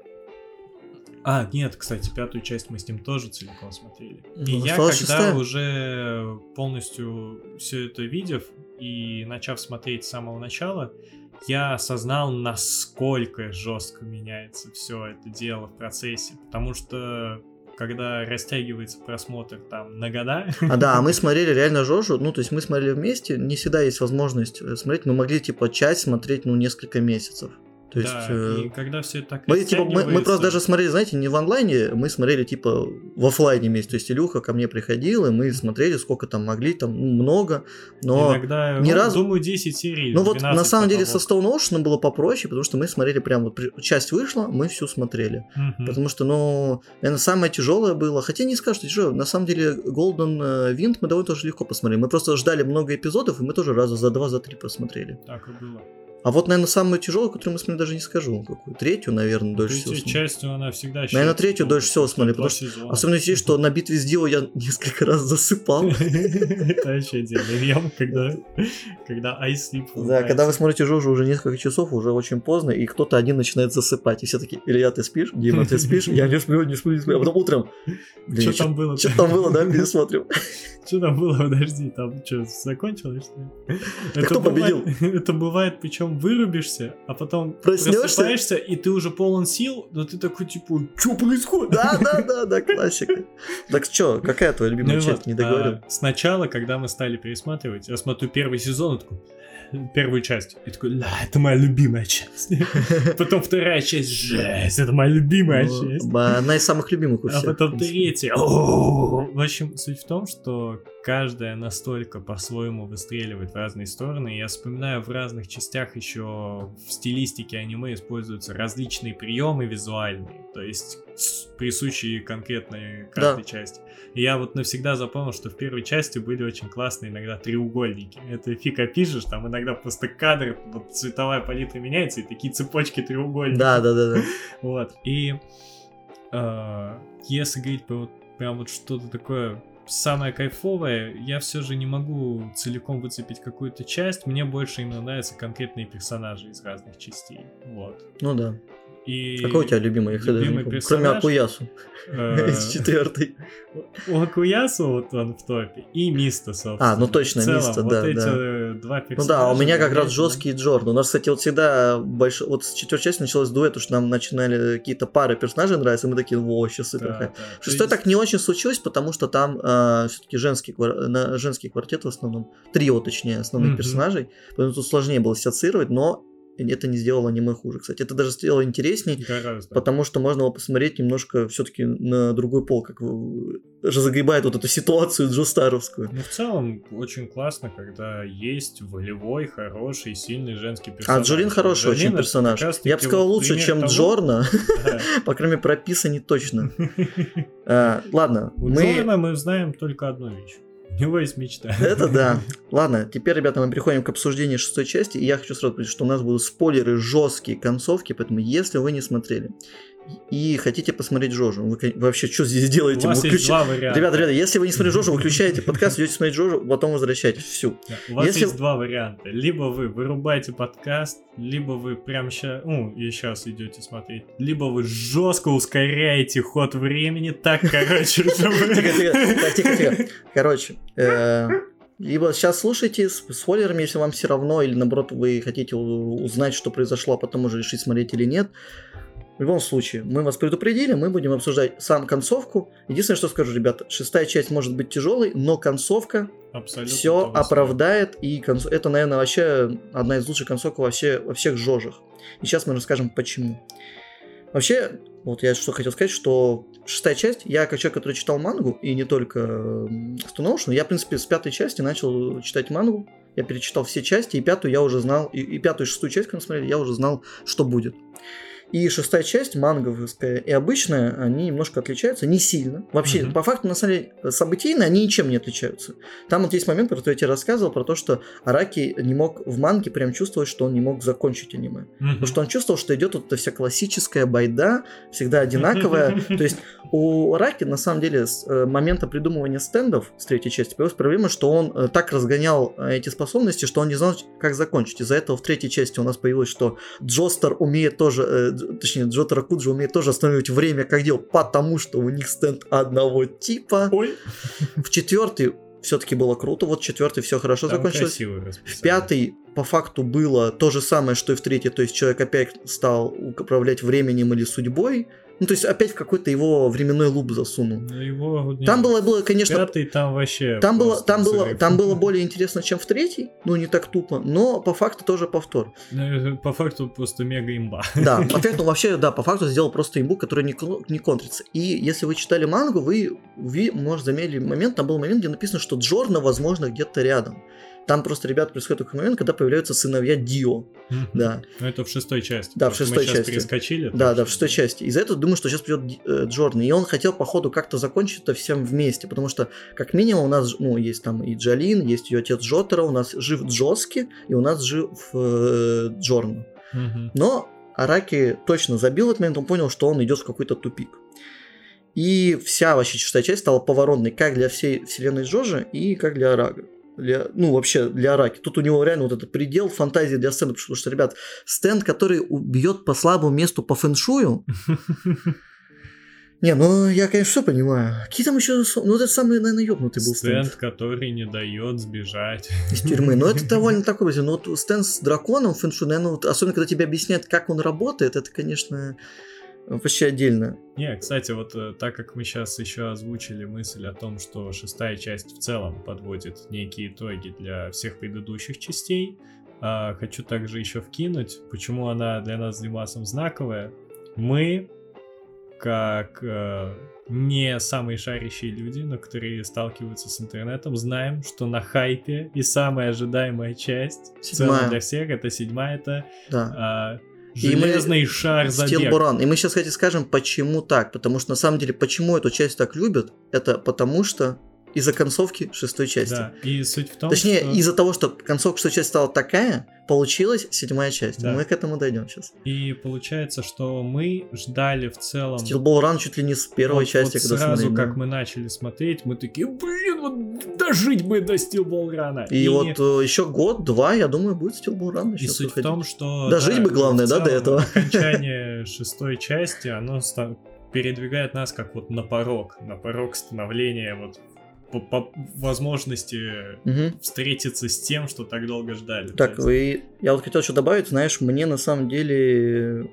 А, нет, кстати, пятую часть мы с ним тоже целиком смотрели. И я, когда уже полностью все это видев и начав смотреть с самого начала, я осознал, насколько жестко меняется все это дело в процессе. Потому что когда растягивается просмотр там на года... А да, а мы смотрели реально Жожу, ну то есть мы смотрели вместе, не всегда есть возможность смотреть, мы могли типа часть смотреть ну несколько месяцев. То есть, да, э... и когда все это так мы, типа, мы, мы просто даже смотрели, знаете, не в онлайне, мы смотрели типа в офлайне вместе. То есть Илюха ко мне приходил, и мы смотрели, сколько там могли, там ну, много, но иногда, ни ну, разу... думаю, десять серий. Ну вот на самом деле со Stone Ocean было попроще, потому что мы смотрели прям вот часть вышла, мы всю смотрели. Uh-huh. Потому что, ну, наверное, самое тяжелое было, хотя не скажу, что тяжелое, на самом деле Golden Wind мы довольно тоже легко посмотрели. Мы просто ждали много эпизодов, и мы тоже раза за два, за три посмотрели. Так и было. А вот, наверное, самую тяжелую, которую мы смотрели, даже не скажу. Какую? Третью, наверное, дольше всего смотрели. Частью она всегда считается. Наверное, третью дольше всего смотрели. Потому что... Особенно если что на битве с Дио я несколько раз засыпал. Это вообще отдельный мем, когда когда Ice Sleep. Да, когда вы смотрите Жожу уже несколько часов, уже очень поздно, и кто-то один начинает засыпать. И все такие: Илья, ты спишь? Дима, ты спишь? Я не сплю, не сплю, не сплю. А потом утром... Что там было? Что там было, да? Пересмотрим. Что там было? Подожди, там что, закончилось, что ли? Кто победил? Это бывает, причем вырубишься, а потом проснешься, просыпаешься, и ты уже полон сил, но ты такой, типа, что происходит? Да, да, да, да, классика. Так что, какая твоя любимая ну часть? Вот, не договорил. А, сначала, когда мы стали пересматривать, я смотрю первый сезон, и такой, первую часть, и такой, да, это моя любимая часть. Потом вторая часть, жесть, это моя любимая часть. Одна из самых любимых у всех. А потом третья. В общем, суть в том, что каждая настолько по-своему выстреливает в разные стороны. Я вспоминаю, в разных частях еще в стилистике аниме используются различные приемы визуальные, то есть присущие конкретной каждой да. части. И я вот навсегда запомнил, что в первой части были очень классные иногда треугольники. Это фиг опишешь, там иногда просто кадры, вот цветовая палитра меняется, и такие цепочки треугольников. Да, да, да, да. Вот. И э, если говорить про вот прям вот что-то такое самое кайфовое, я все же не могу целиком выцепить какую-то часть. Мне больше именно нравятся конкретные персонажи из разных частей. Вот. Ну да. И какой у тебя любимый? любимый персонаж? Кроме Акуясу. Из четвертой. У Акуясу вот он в топе. И Миста, собственно. А, ну точно, Миста, да. Вот эти два персонажа. Ну да, у меня как раз жесткий Джордан. У нас, кстати, вот всегда большой... Вот с четвертой части началось дуэт, что нам начинали какие-то пары персонажей нравиться, и мы такие, во, сейчас супер хайп. Шестой так не очень случилось, потому что там все-таки женский женский квартет в основном. Трио, точнее, основных персонажей. Поэтому тут сложнее было ассоциировать, но это не сделало аниме хуже. Кстати, это даже сделало интересней, гораздо. Потому что можно было посмотреть немножко все-таки на другой пол, как разогребает вот эту ситуацию джостаровскую. Ну, в целом, очень классно, когда есть волевой, хороший, сильный женский персонаж. А Джорин хороший Джорин очень персонаж. Я бы сказал, лучше, чем того... Джорна. По крайней мере, прописано не точно. Ладно. У Джорна мы знаем только одну вещь. У него есть мечта. Это да. Ладно, теперь, ребята, мы переходим к обсуждению шестой части. И я хочу сразу сказать, что у нас будут спойлеры, жесткие концовки. Поэтому, если вы не смотрели и хотите посмотреть Жожу, вы вообще что здесь делаете? У вас Выключ... есть два варианта. Ребята, ребята, если вы не смотрели Жожу, выключаете подкаст, идете смотреть Жожу, потом возвращаетесь. Всю. Да, у вас если... есть два варианта. Либо вы вырубаете подкаст, либо вы прямо сейчас, ну, и сейчас идете смотреть, либо вы жестко ускоряете ход времени. Так, короче, Тихо-тихо. Короче, либо сейчас слушайте с спойлерами, если вам все равно, или наоборот вы хотите узнать, что произошло, а потом уже решить, смотреть или нет. В любом случае, мы вас предупредили, мы будем обсуждать сам концовку. Единственное, что скажу, ребята, шестая часть может быть тяжелой, но концовка все оправдает, и конц... это, наверное, вообще одна из лучших концовок вообще во всех Жожах. И сейчас мы расскажем, почему. Вообще, вот я что хотел сказать, что шестая часть, я как человек, который читал мангу, и не только Stone Ocean, я, в принципе, с пятой части начал читать мангу, я перечитал все части, и пятую я уже знал, и, и пятую и шестую часть, когда мы смотрели, я уже знал, что будет. И шестая часть, манговская и обычная, они немножко отличаются, не сильно. Вообще, uh-huh. по факту, на самом деле, событийно они ничем не отличаются. Там вот есть момент, про который я тебе рассказывал, про то, что Араки не мог в манге прям чувствовать, что он не мог закончить аниме. Uh-huh. Потому что он чувствовал, что идет вот эта вся классическая байда, всегда одинаковая. То есть у Араки, на самом деле, с момента придумывания стендов с третьей части появилась проблема, что он так разгонял эти способности, что он не знал, как закончить. Из-за этого в третьей части у нас появилось, что Джостер умеет тоже... Точнее, Джотаро Куджи умеет тоже останавливать время, как делал, потому что у них стенд одного типа. Ой. В четвертый все-таки было круто, вот четвертый все хорошо там закончилось. В пятый по факту было то же самое, что и в третий, то есть человек опять стал управлять временем или судьбой. Ну, то есть опять в какой-то его временной луп засунул. Его... Там было, было, конечно... Пятый там вообще... Там было, там, было, там было более интересно, чем в третий, ну, не так тупо, но по факту тоже повтор. По факту просто мега-имба. Да, ответ, ну, вообще, да, по факту сделал просто имбу, который не, не контрится. И если вы читали мангу, вы, вы, может, заметили момент, там был момент, где написано, что Джорно, возможно, где-то рядом. Там просто, ребята, происходит такой момент, когда появляются сыновья Дио. Mm-hmm. Да. Ну, это в шестой части. Да, в шестой мы части. Мы сейчас перескочили. Да, да, в шестой части. Из-за этого думаю, что сейчас придет э, Джордан. И он хотел, походу, как-то закончить это всем вместе. Потому что, как минимум, у нас, ну, есть там и Джалин, есть ее отец Джотаро, у нас жив Джоски, и у нас жив э, Джордан. Mm-hmm. Но Араки точно забил этот момент, он понял, что он идет в какой-то тупик. И вся вообще шестая часть стала поворотной как для всей вселенной Джоджо и как для Арага. Для, ну, вообще для Араки. Тут у него реально вот этот предел фантазии для стенда, потому что, ребят, стенд, который бьет по слабому месту по фэншую... Не, ну я, конечно, все понимаю. Какие там еще... Ну, это самый, наверное, ёбнутый был стенд. Стенд, который не дает сбежать. Из тюрьмы. Но это довольно такой... Ну, вот стенд с драконом фэншую, наверное, вот, особенно когда тебе объясняют, как он работает, это, конечно... Вообще отдельно. Не, кстати, вот так как мы сейчас еще озвучили мысль о том, что шестая часть в целом подводит некие итоги для всех предыдущих частей, а, хочу также еще вкинуть, почему она для нас с Димасом знаковая. Мы, как э, не самые шарящие люди, но которые сталкиваются с интернетом, знаем, что на хайпе и самая ожидаемая часть в целом для всех, это седьмая, это... Да. Э, Железный и мы... шар забег. Steel Buran. И мы сейчас, кстати, скажем, почему так. Потому что, на самом деле, почему эту часть так любят, это потому что из-за концовки шестой части. Да, и суть в том, Точнее, что... из-за того, что концовка шестой части стала такая, получилась седьмая часть. Да. Мы к этому дойдем сейчас. И получается, что мы ждали в целом... Steel Buran чуть ли не с первой вот, части, вот когда сразу, смотрели. как мы начали смотреть, мы такие, блин, вот дожить бы до Steel Buran. И, и вот э, еще год-два, я думаю, будет Steel Buran. И суть выходить. В том, что... Дожить да, бы главное, да, целом, до этого. Окончание шестой части, оно ста... передвигает нас как вот на порог, на порог становления вот по, по возможности угу. встретиться с тем, что так долго ждали. Так, и я вот хотел еще добавить, знаешь, мне на самом деле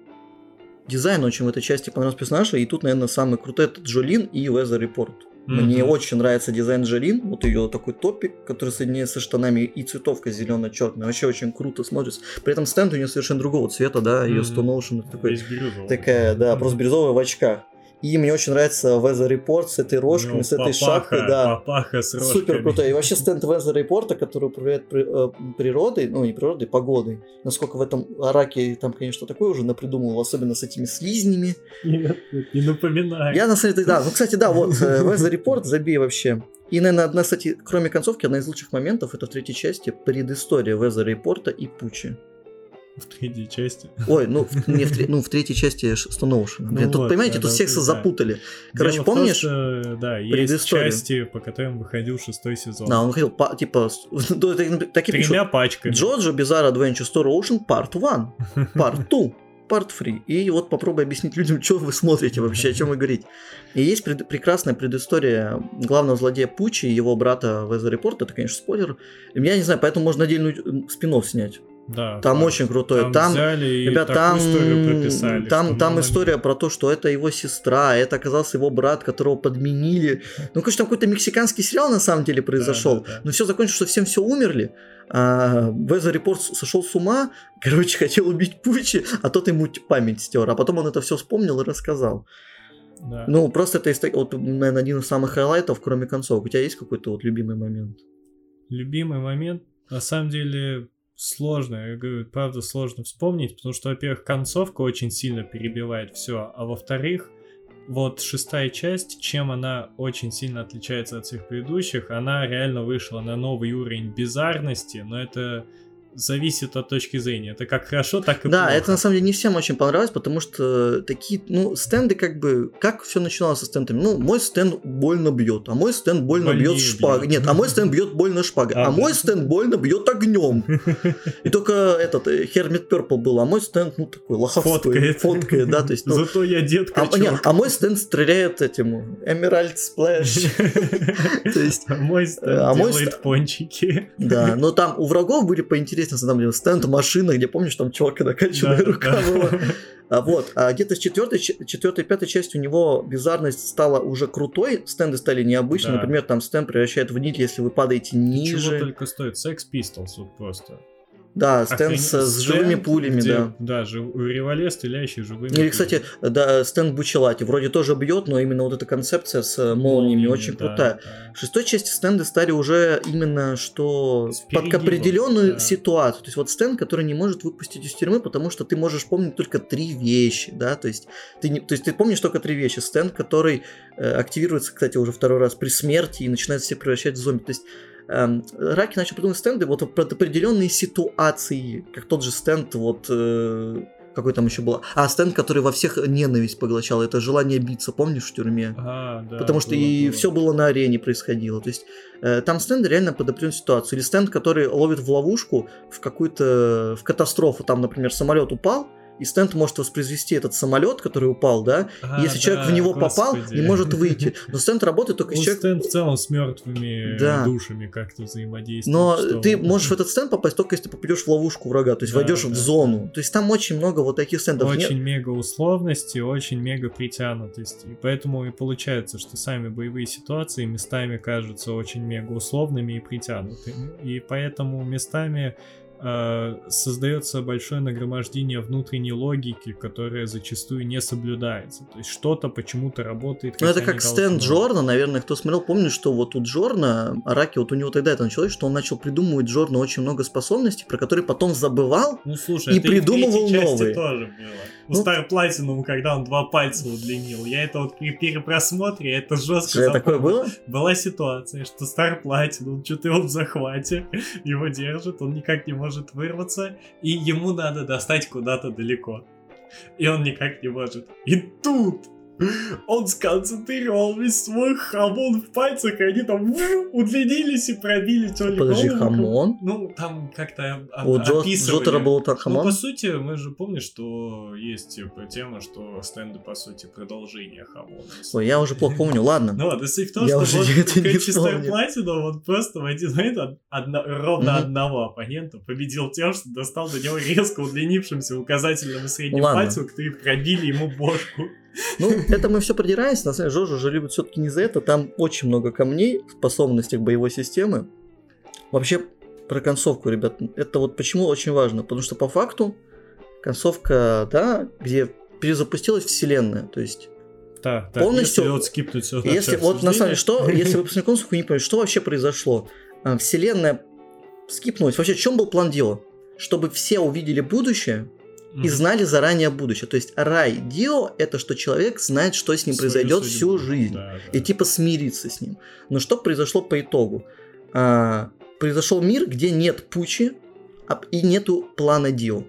дизайн очень в этой части понравился персонажа, и тут, наверное, самый крутой это Джолин и Weather Report. Mm-hmm. Мне очень нравится дизайн Джолин, вот ее такой топик, который соединяется со штанами, и цветовка зелено-черная, вообще очень круто смотрится. При этом стенд у нее совершенно другого цвета, да, ее mm-hmm. Stone Ocean такой, такая, да, просто бирюзовая в очках. И мне очень нравится Weather Report с этой рожкой, ну, с этой папаха, шапкой, да. Папаха с рожками. Супер крутой. И вообще стенд Weather Report, который управляет при, э, природой, ну не природой, погодой. Насколько в этом Араки там, конечно, такое уже напридумывал, особенно с этими слизнями. Нет, не напоминаю. Я на самом деле, да, ну, кстати, да, вот Weather Report, забей вообще. И, наверное, одна, кстати, кроме концовки, одна из лучших моментов, это в третьей части предыстория Weather Report и Пучи. В третьей части. Ой, ну в, не в, тре- ну, в третьей части Stone Ocean. Ну тут, вот, понимаете, да, тут всех да. запутали. Короче, Дело помнишь? В том, что, да, есть части, по которым выходил шестой сезон. Да, он выходил, по, типа, такие тремя пишут, пачками. Джоджо Bizarre Adventure Story Ocean Part один, Part два, Part три. И вот попробуй объяснить людям, что вы смотрите вообще, о чем вы говорите. И есть пред, прекрасная предыстория главного злодея Пучи и его брата Weather Report. Это, конечно, спойлер. Я не знаю, поэтому можно отдельную спин-офф снять. Да, там да. очень крутое. Там, там взяли и ребят, такую там, историю прописали. Там, там мало... история про то, что это его сестра, это оказался его брат, которого подменили. Ну, конечно, там какой-то мексиканский сериал на самом деле произошел. Да, да, да. Но все закончилось, что всем все умерли. А Weather Report сошел с ума, короче, хотел убить Пучи, а тот ему память стер. А потом он это все вспомнил и рассказал. Да. Ну, просто это, вот, наверное, один из самых хайлайтов, кроме концов. У тебя есть какой-то вот любимый момент? Любимый момент? На самом деле... сложно, я говорю, правда сложно вспомнить, потому что, во-первых, концовка очень сильно перебивает все, а во-вторых, вот шестая часть, чем она очень сильно отличается от всех предыдущих, она реально вышла на новый уровень бизарности, но это зависит от точки зрения. Это как хорошо, так и да, плохо. Это на самом деле не всем очень понравилось, потому что такие, ну, стенды как бы, как все начиналось со стендами? Ну, мой стенд больно бьет, а мой стенд больно Больнее бьет шпагой. Нет, а мой стенд бьет больно шпагой, а, А, мой да. стенд больно бьет огнем. И только этот Hermit Purple был, а мой стенд, ну, такой лоховской. Фоткает. Фоткает, да, то есть, ну, Зато я дед а, качок. нет, а мой стенд стреляет этим Emerald Splash. То есть, А мой стенд а мой делает ст- пончики. да, но там у врагов были поинтереснее, на самом деле, стенд машина, где, помнишь, там чувака накачанная Да, рука да. была. А вот, а где-то с четвертой, четвертой, пятой части у него бизарность стала уже крутой, стенды стали необычными. Да. Например, там стенд превращает в нить, если вы падаете Чего ниже. только стоит. Sex Pistols вот просто. Да, стенд с, Охрен- с живыми стенд, пулями, где, да. Да, жив... револьвер, стреляющий живыми Или, пулями. кстати, да, стенд Бучелати вроде тоже бьет, но именно вот эта концепция с молниями, Молниями, очень да, крутая. да. В шестой части стенды стали уже именно что С под перегибом, определенную да. ситуацию. То есть вот стенд, который не может выпустить из тюрьмы, потому что ты можешь помнить только три вещи, да, то есть ты, не, то есть ты помнишь только три вещи. Стенд, который э, активируется, кстати, уже второй раз при смерти и начинает всех превращать в зомби. То есть эм, Раки начал придумывать стенды вот под определенные ситуации, как тот же стенд вот... Э, какой там еще был? А, стенд, который во всех ненависть поглощал. Это желание биться, помнишь, в тюрьме? А, да, Потому что было, и было. все было на арене происходило. То есть э, там стенды реально под определенную ситуацию. Или стенд, который ловит в ловушку, в какую-то в катастрофу. Там, например, самолет упал, и стенд может воспроизвести этот самолет, который упал, да. А, Если да, человек в него попал, господи. не может выйти. Но стенд работает только Ну, если человек... стенд в целом с мертвыми Да. душами как-то взаимодействует. Но что- ты можешь в этот стенд попасть только если ты попадешь в ловушку врага, то есть Да, войдешь да, в зону. То есть там очень много вот таких стендов. Нет- Очень мега условности, очень мега притянутости. И поэтому и получается, что сами боевые ситуации местами кажутся очень мега условными и притянутыми. И поэтому местами э, создается большое нагромождение внутренней логики, которая зачастую не соблюдается. То есть что-то почему-то работает. Ну, это хотя как не стенд должно. Джорна, наверное, кто смотрел, помнит, что вот у Джорна, Араки, вот у него тогда это началось, что он начал придумывать Джорну очень много способностей, про которые потом забывал. Ну, слушай, И это придумывал и в третьей части новые. тоже было. У Ну- Star Platinum, когда он два пальца удлинил. Я это вот при перепросмотре, это жестко Что такое запомнил. было? Была ситуация, что Star Platinum, что-то он в захвате, его держит, он никак не может вырваться, и ему надо достать куда-то далеко. И он никак не может. И тут он сконцентрировал весь свой хамон в пальцах, и они там удлинились и пробили то ли Подожди, голову. хамон? Ну, там как-то о- У Джо- описывали. Джотера был так Ну, хамон? по сути, мы же помним, что есть типа тема, что стенды, по сути, продолжение хамона. Ой, я уже плохо помню, ладно. Ну ладно, суть в том, Я что уже вот это не Кэтчи Стар вспомнил. Платинум, он просто в один момент од- одно- ровно Мгм. одного оппонента победил тем, что достал до него резко удлинившимся указательным и средним Ладно. пальцем, которые пробили ему бошку. Ну, это мы все продираемся. На самом деле, Жожа же любит все-таки не за это. Там очень много камней в способностях боевой системы. Вообще, про концовку, ребят, это вот почему очень важно. Потому что по факту концовка, да, где перезапустилась вселенная. То есть, Да, да, Полностью- если вот скипнуть все если вот на самом деле, что, если вы посмотрели концовку, вы не понимаете, что вообще произошло. А, Вселенная скипнулась. Вообще, в чем был план дела? Чтобы все увидели будущее и знали заранее будущее. То есть рай Дио — это что человек знает, что с ним произойдет всю жизнь. И типа смириться с ним. Но что произошло по итогу? А, произошел мир, где нет Пучи а- и нету плана Дио.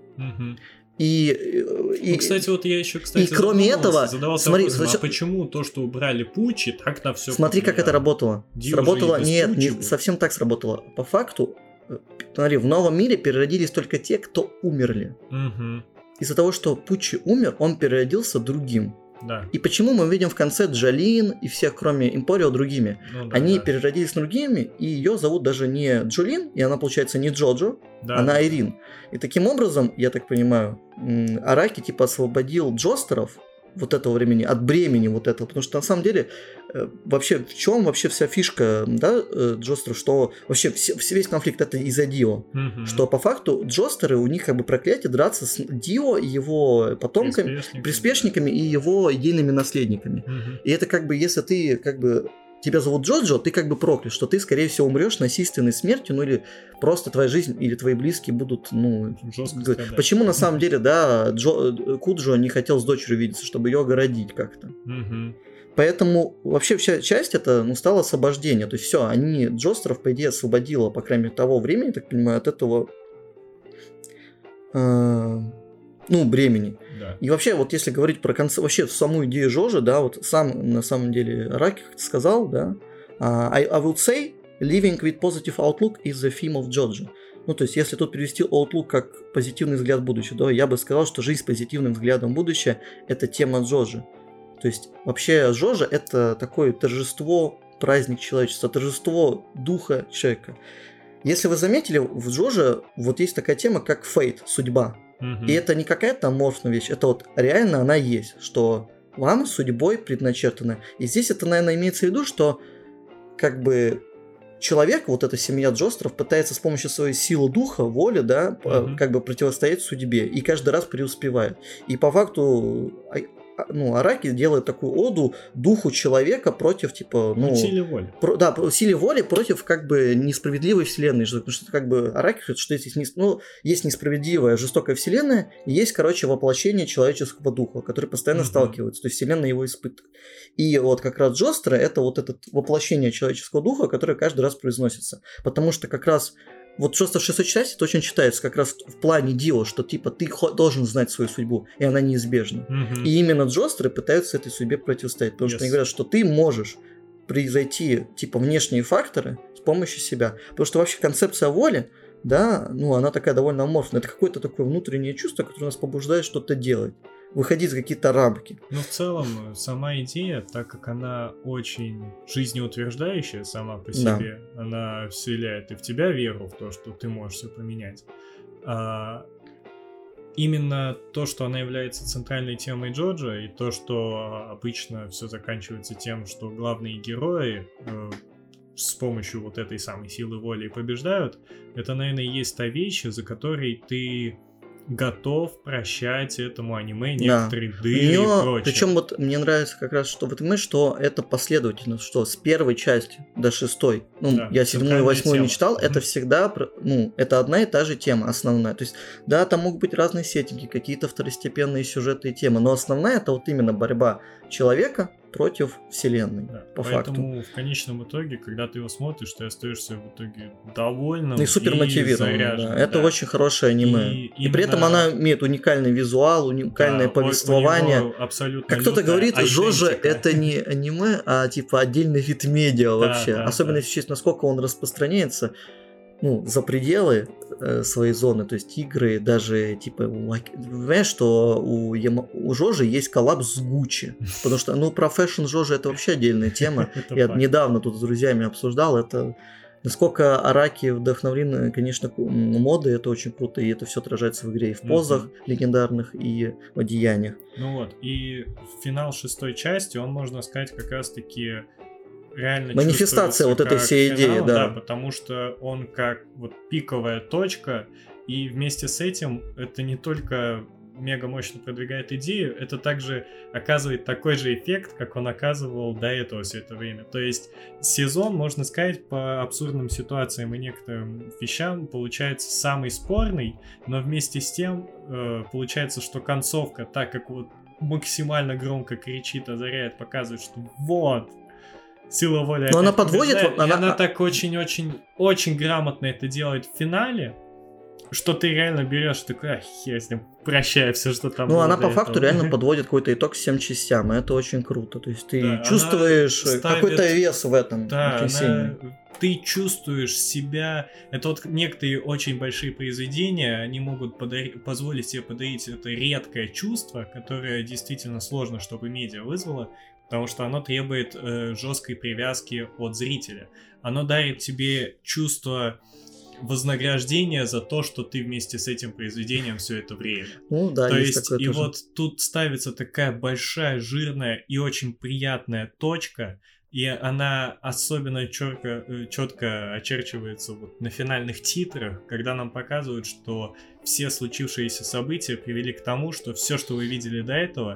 И, и, Ну, кстати, вот я еще, кстати, и кроме задумывался, этого, задавался смотри, вопросом, зачем- а почему то, что убрали Пучи, так на все смотри, как это работало. Дио Сработало, же и без нет, Пучи не был. совсем так сработало. По факту, э, смотри, в новом мире переродились только те, кто умерли. Угу. Из-за того, что Пучи умер, он переродился другим. Да. И почему мы видим в конце Джолин и всех, кроме Эмпорио, другими? Ну, да, Они да. переродились другими, и ее зовут даже не Джолин, и она, получается, не Джоджо, Да, она да. Айрин. И таким образом, я так понимаю, м, Араки типа освободил Джостеров вот этого времени, от бремени вот этого, потому что на самом деле э, вообще в чем вообще вся фишка, да, э, Джостеров, что вообще все, все- весь конфликт это из-за Дио, Мгм. что по факту Джостеры, у них как бы проклятие драться с Дио и его потомками, Приспешниками, приспешниками и его идейными наследниками. да. Мгм. И это как бы, если ты как бы тебя зовут Джоджо, ты как бы проклят, что ты, скорее всего, умрешь насильственной смертью, ну или просто твоя жизнь или твои близкие будут, ну... Жестко. Почему на самом деле, да, Джо, Куджо не хотел с дочерью видеться, чтобы ее огородить как-то. Угу. Поэтому вообще вся часть это, ну, стало освобождение. То есть все, они, Джостеров, по идее, освободило, по крайней мере, того времени, так понимаю, от этого, э, ну, бремени. Да. И вообще, вот если говорить про конце, вообще саму идею Жожи, да, вот сам, на самом деле, Араки сказал, да, I, I would say living with positive outlook is the theme of Jojo. Ну, то есть, если тут перевести outlook как позитивный взгляд в будущее, да, я бы сказал, что жизнь с позитивным взглядом в будущее – это тема Джоджи. То есть, вообще, Жожа – это такое торжество, праздник человечества, торжество духа человека. Если вы заметили, в Джоже вот есть такая тема, как fate, судьба. Mm-hmm. И это не какая-то аморфная вещь, это вот реально она есть, что вам судьбой предначертано. И здесь это, наверное, имеется в виду, что как бы человек, вот эта семья Джостеров, пытается с помощью своей силы духа, воли, да, mm-hmm. как бы противостоять судьбе. И каждый раз преуспевает. И по факту... ну, Араки делает такую оду духу человека против, типа, ну... Силе воли. Про, да, силе воли против, как бы, несправедливой вселенной. Потому что, как бы, Араки говорит, что здесь не, ну, есть несправедливая, жестокая вселенная, и есть, короче, воплощение человеческого духа, который постоянно uh-huh. сталкивается. То есть вселенная его испытывает. И вот как раз Джостера — это вот это воплощение человеческого духа, которое каждый раз произносится. Потому что как раз... Вот просто в шестой части это очень читается как раз в плане дела, что типа ты должен знать свою судьбу, и она неизбежна. Mm-hmm. И именно Джостеры пытаются этой судьбе противостоять, потому yes. что они говорят, что ты можешь превзойти типа внешние факторы с помощью себя. Потому что вообще концепция воли, да, ну она такая довольно аморфная. Это какое-то такое внутреннее чувство, которое нас побуждает что-то делать. Выходить за какие-то рамки. Ну, в целом, сама идея, так как она очень жизнеутверждающая сама по себе, да. она вселяет и в тебя веру в то, что ты можешь все поменять. А, именно то, что она является центральной темой Джоджо, и то, что обычно все заканчивается тем, что главные герои э, с помощью вот этой самой силы воли побеждают, это, наверное, и есть та вещь, за которой ты... готов прощать этому аниме некоторые да. дыры и прочее. Причем вот мне нравится как раз, что вот мы, что это последовательно, что с первой части до шестой, ну, да, я седьмую и восьмую не читал, mm-hmm. это всегда, ну, это одна и та же тема основная. То есть, да, там могут быть разные сеттинги, какие-то второстепенные сюжеты и темы, но основная это вот именно борьба человека против вселенной, да, по поэтому факту. Поэтому в конечном итоге, когда ты его смотришь, ты остаешься в итоге довольным и супер мотивированным. Да. Это да. очень хорошее аниме. И, и именно... при этом она имеет уникальный визуал, уникальное да, повествование. Абсолютно как кто-то говорит, Жожа идентика. Это не аниме, а типа отдельный вид медиа вообще. Да, да, Особенно да. если честь, насколько он распространяется. Ну, за пределы э, своей зоны, то есть игры, даже типа, у, понимаешь, что у, Яма, у Жожи есть коллаб с Гуччи, потому что, ну, про фэшн Жожи это вообще отдельная тема, я недавно тут с друзьями обсуждал, это, насколько Араки вдохновлены, конечно, модой, это очень круто, и это все отражается в игре и в позах легендарных, и в одеяниях. Ну вот, и финал шестой части, он, можно сказать, как раз-таки... реально манифестация вот этой всей финал, идеи, да. да, потому что он как вот пиковая точка, и вместе с этим это не только мега мощно продвигает идею, это также оказывает такой же эффект, как он оказывал до этого все это время. То есть сезон, можно сказать, по абсурдным ситуациям и некоторым вещам получается самый спорный, но вместе с тем э, получается, что концовка, так как вот максимально громко кричит, озаряет, показывает, что вот сила воли. Но она подводит... Она... И она так очень-очень-очень грамотно это делает в финале, что ты реально берешь такой, ах, хер с ним, прощай все, что там Ну, было она по этого. факту реально подводит какой-то итог всем частям, и это очень круто. То есть ты да, чувствуешь ставит... какой-то вес в этом. Да, она... ты чувствуешь себя... Это вот некоторые очень большие произведения, они могут подари... позволить себе подарить это редкое чувство, которое действительно сложно, чтобы медиа вызвало, потому что оно требует э, жесткой привязки от зрителя. Оно дарит тебе чувство вознаграждения за то, что ты вместе с этим произведением все это время. Ну да, то есть, есть такое и тоже. Вот тут ставится такая большая, жирная и очень приятная точка, и она особенно четко, четко очерчивается вот на финальных титрах, когда нам показывают, что все случившиеся события привели к тому, что все, что вы видели до этого,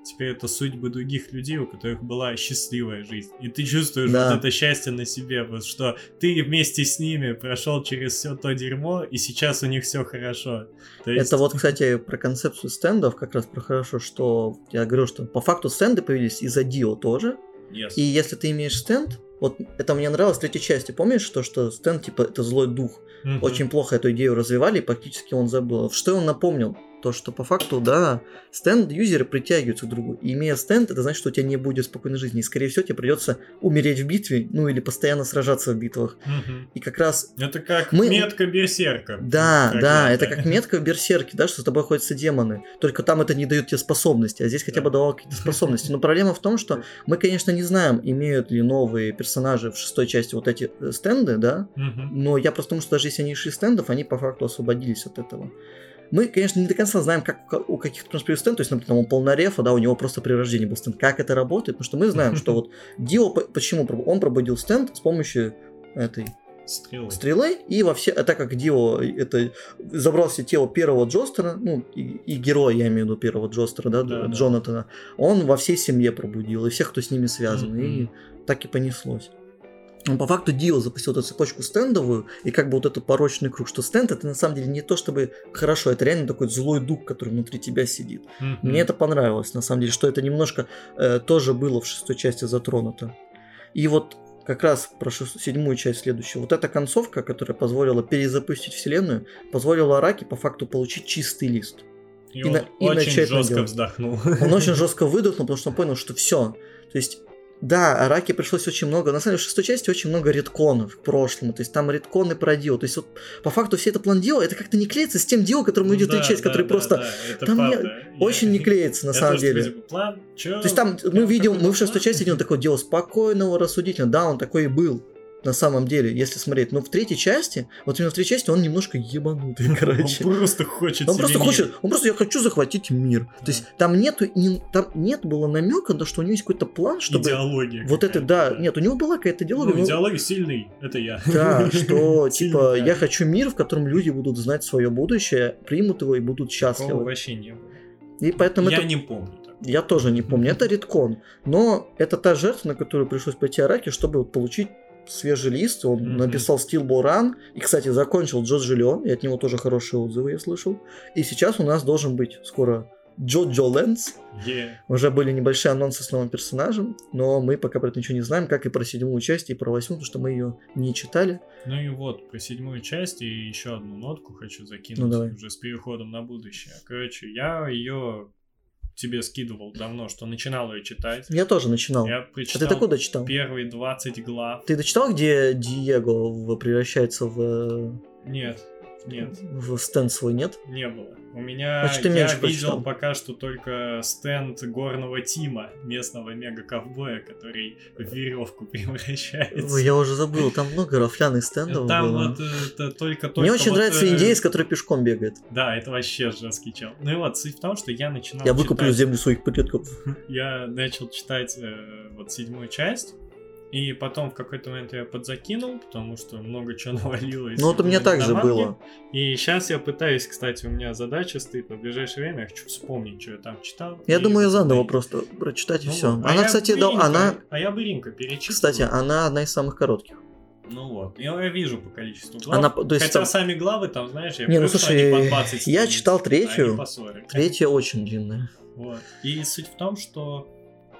теперь это судьбы других людей, у которых была счастливая жизнь. И ты чувствуешь Да. вот это счастье на себе, вот что ты вместе с ними прошел через все то дерьмо, и сейчас у них все хорошо. То есть... Это вот, кстати, про концепцию стендов как раз про хорошо, что я говорю, что по факту стенды появились из-за Дио тоже. Yes. И если ты имеешь стенд, вот это мне нравилось в третьей части, помнишь, то, что стенд, типа, это злой дух. Мгм. Очень плохо эту идею развивали, и практически он забыл. Что он напомнил? То, что по факту, да, стенд-юзеры притягиваются к другу. И имея стенд, это значит, что у тебя не будет спокойной жизни. И, скорее всего, тебе придется умереть в битве, ну или постоянно сражаться в битвах. Мгм. И как раз... Это как Мы- метка берсерка. Да, Как да, это. это как метка в Берсерке, да, что с тобой ходятся демоны. Только там это не дает тебе способности, а здесь хотя бы Да. давало какие-то способности. Но проблема в том, что мы, конечно, не знаем, имеют ли новые персонажи в шестой части вот эти э, стенды, да, Мгм. но я просто думаю, что даже если они шли стендов, они по факту освободились от этого. Мы, конечно, не до конца знаем, как у у каких-то персонажей стенд, то есть, например, там, он полнорефа, да, у него просто при рождении был стенд. Как это работает? Потому что мы знаем, что вот Дио, по- почему проб- он пробудил стенд с помощью этой Стрелы. стрелы, и во все, а так как Дио это забрал себе тело первого Джостера, ну, и, и героя, я имею в виду первого Джостера, да, Да, да. Джонатана, он во всей семье пробудил, и всех, кто с ними связан, Мгм. и так и понеслось. Но по факту Дио запустил эту цепочку стендовую, и как бы вот этот порочный круг, что стенд это на самом деле не то чтобы хорошо, это реально такой злой дух, который внутри тебя сидит. Мгм. Мне это понравилось, на самом деле, что это немножко э, тоже было в шестой части затронуто. И вот как раз про шест- седьмую часть следующую. Вот эта концовка, которая позволила перезапустить вселенную, позволила Араке по факту получить чистый лист. И, и он на- и очень начать жестко делать. вздохнул. Он очень жестко выдохнул, потому что он понял, что все. То есть, да, Араке пришлось очень много, на самом деле в шестой части очень много редконов к прошлому, то есть там редконы про Дио, то есть вот по факту все это план Дио, это как-то не клеится с тем Дио, которому идет Да, три часть, да, который да, просто да, это там не- правда. очень Я- не клеится на я самом тоже деле. такой, план, чё? То есть там мы Как- видим, какой мы в шестой план? части видим такое дело спокойного, рассудительного. Да, он такой и был на самом деле, если смотреть. Но в третьей части, вот именно в третьей части он немножко ебанутый, короче. Он просто хочет Он себе просто мир. хочет, он просто я хочу захватить мир. То есть там нету, не- там нет было намека на то, что у него есть какой-то план, чтобы Идеология вот это, какая-то, да, нет, у него была какая-то идеология. Ну, но- идеология сильный, это я. Да, что типа Сильный, я да. хочу мир, в котором люди будут знать свое будущее, примут его и будут Такого счастливы. вообще не было. И поэтому Я это не помню. так. Я тоже не помню, это редкон. Но это та жертва, на которую пришлось пойти Араке, чтобы вот получить свежий лист. Он Мгм. написал Steel Ball Run. И, кстати, закончил Джоджо Леон. И от него тоже хорошие отзывы я слышал. И сейчас у нас должен быть скоро Джоджо Лэнс. Е. Уже были небольшие анонсы с новым персонажем. Но мы пока про это ничего не знаем, как и про седьмую часть, и про восьмую, потому что мы ее не читали. Ну и вот, про седьмую часть и еще одну нотку хочу закинуть Ну, давай. уже с переходом на будущее. Короче, я ее тебе скидывал давно, что начинал ее читать. Я тоже начинал. Я А прочитал ты такой дочитал? первые двадцать глав. Ты дочитал, где Диего в- превращается в, Нет, нет, в стенд свой, нет? не было. У меня, Значит, ты я меньше видел прочитал. пока что только стенд горного Тима, местного мега-ковбоя, который в веревку превращается. Ой, я уже забыл, там много рафляных стендов Там было. вот это только-только... Мне очень вот, нравится э, индеец, который пешком бегает. Да, это вообще жесткий чел. Ну и вот, суть в том, что я начинал Я выкуплю читать- землю своих предков. Я начал читать э, вот седьмую часть, и потом в какой-то момент я подзакинул, потому что много чего навалилось. Ну вот у и меня было так не же до манги. было. И сейчас я пытаюсь, кстати, у меня задача стоит на ближайшее время, я хочу вспомнить, что я там читал. Я и думаю, я заново посмотреть. просто прочитать и Ну все. вот. А Она, я кстати, да, быренько- она, А я быренько перечитываю. кстати, она одна из самых коротких. Ну вот, я, я вижу по количеству глав. Она, то есть, Хотя там- сами главы там, знаешь, я Не, ну, привык, что слушай, они по двадцать я страниц, читал а третью. они по сорок. Третья очень длинная. Вот. И суть в том, что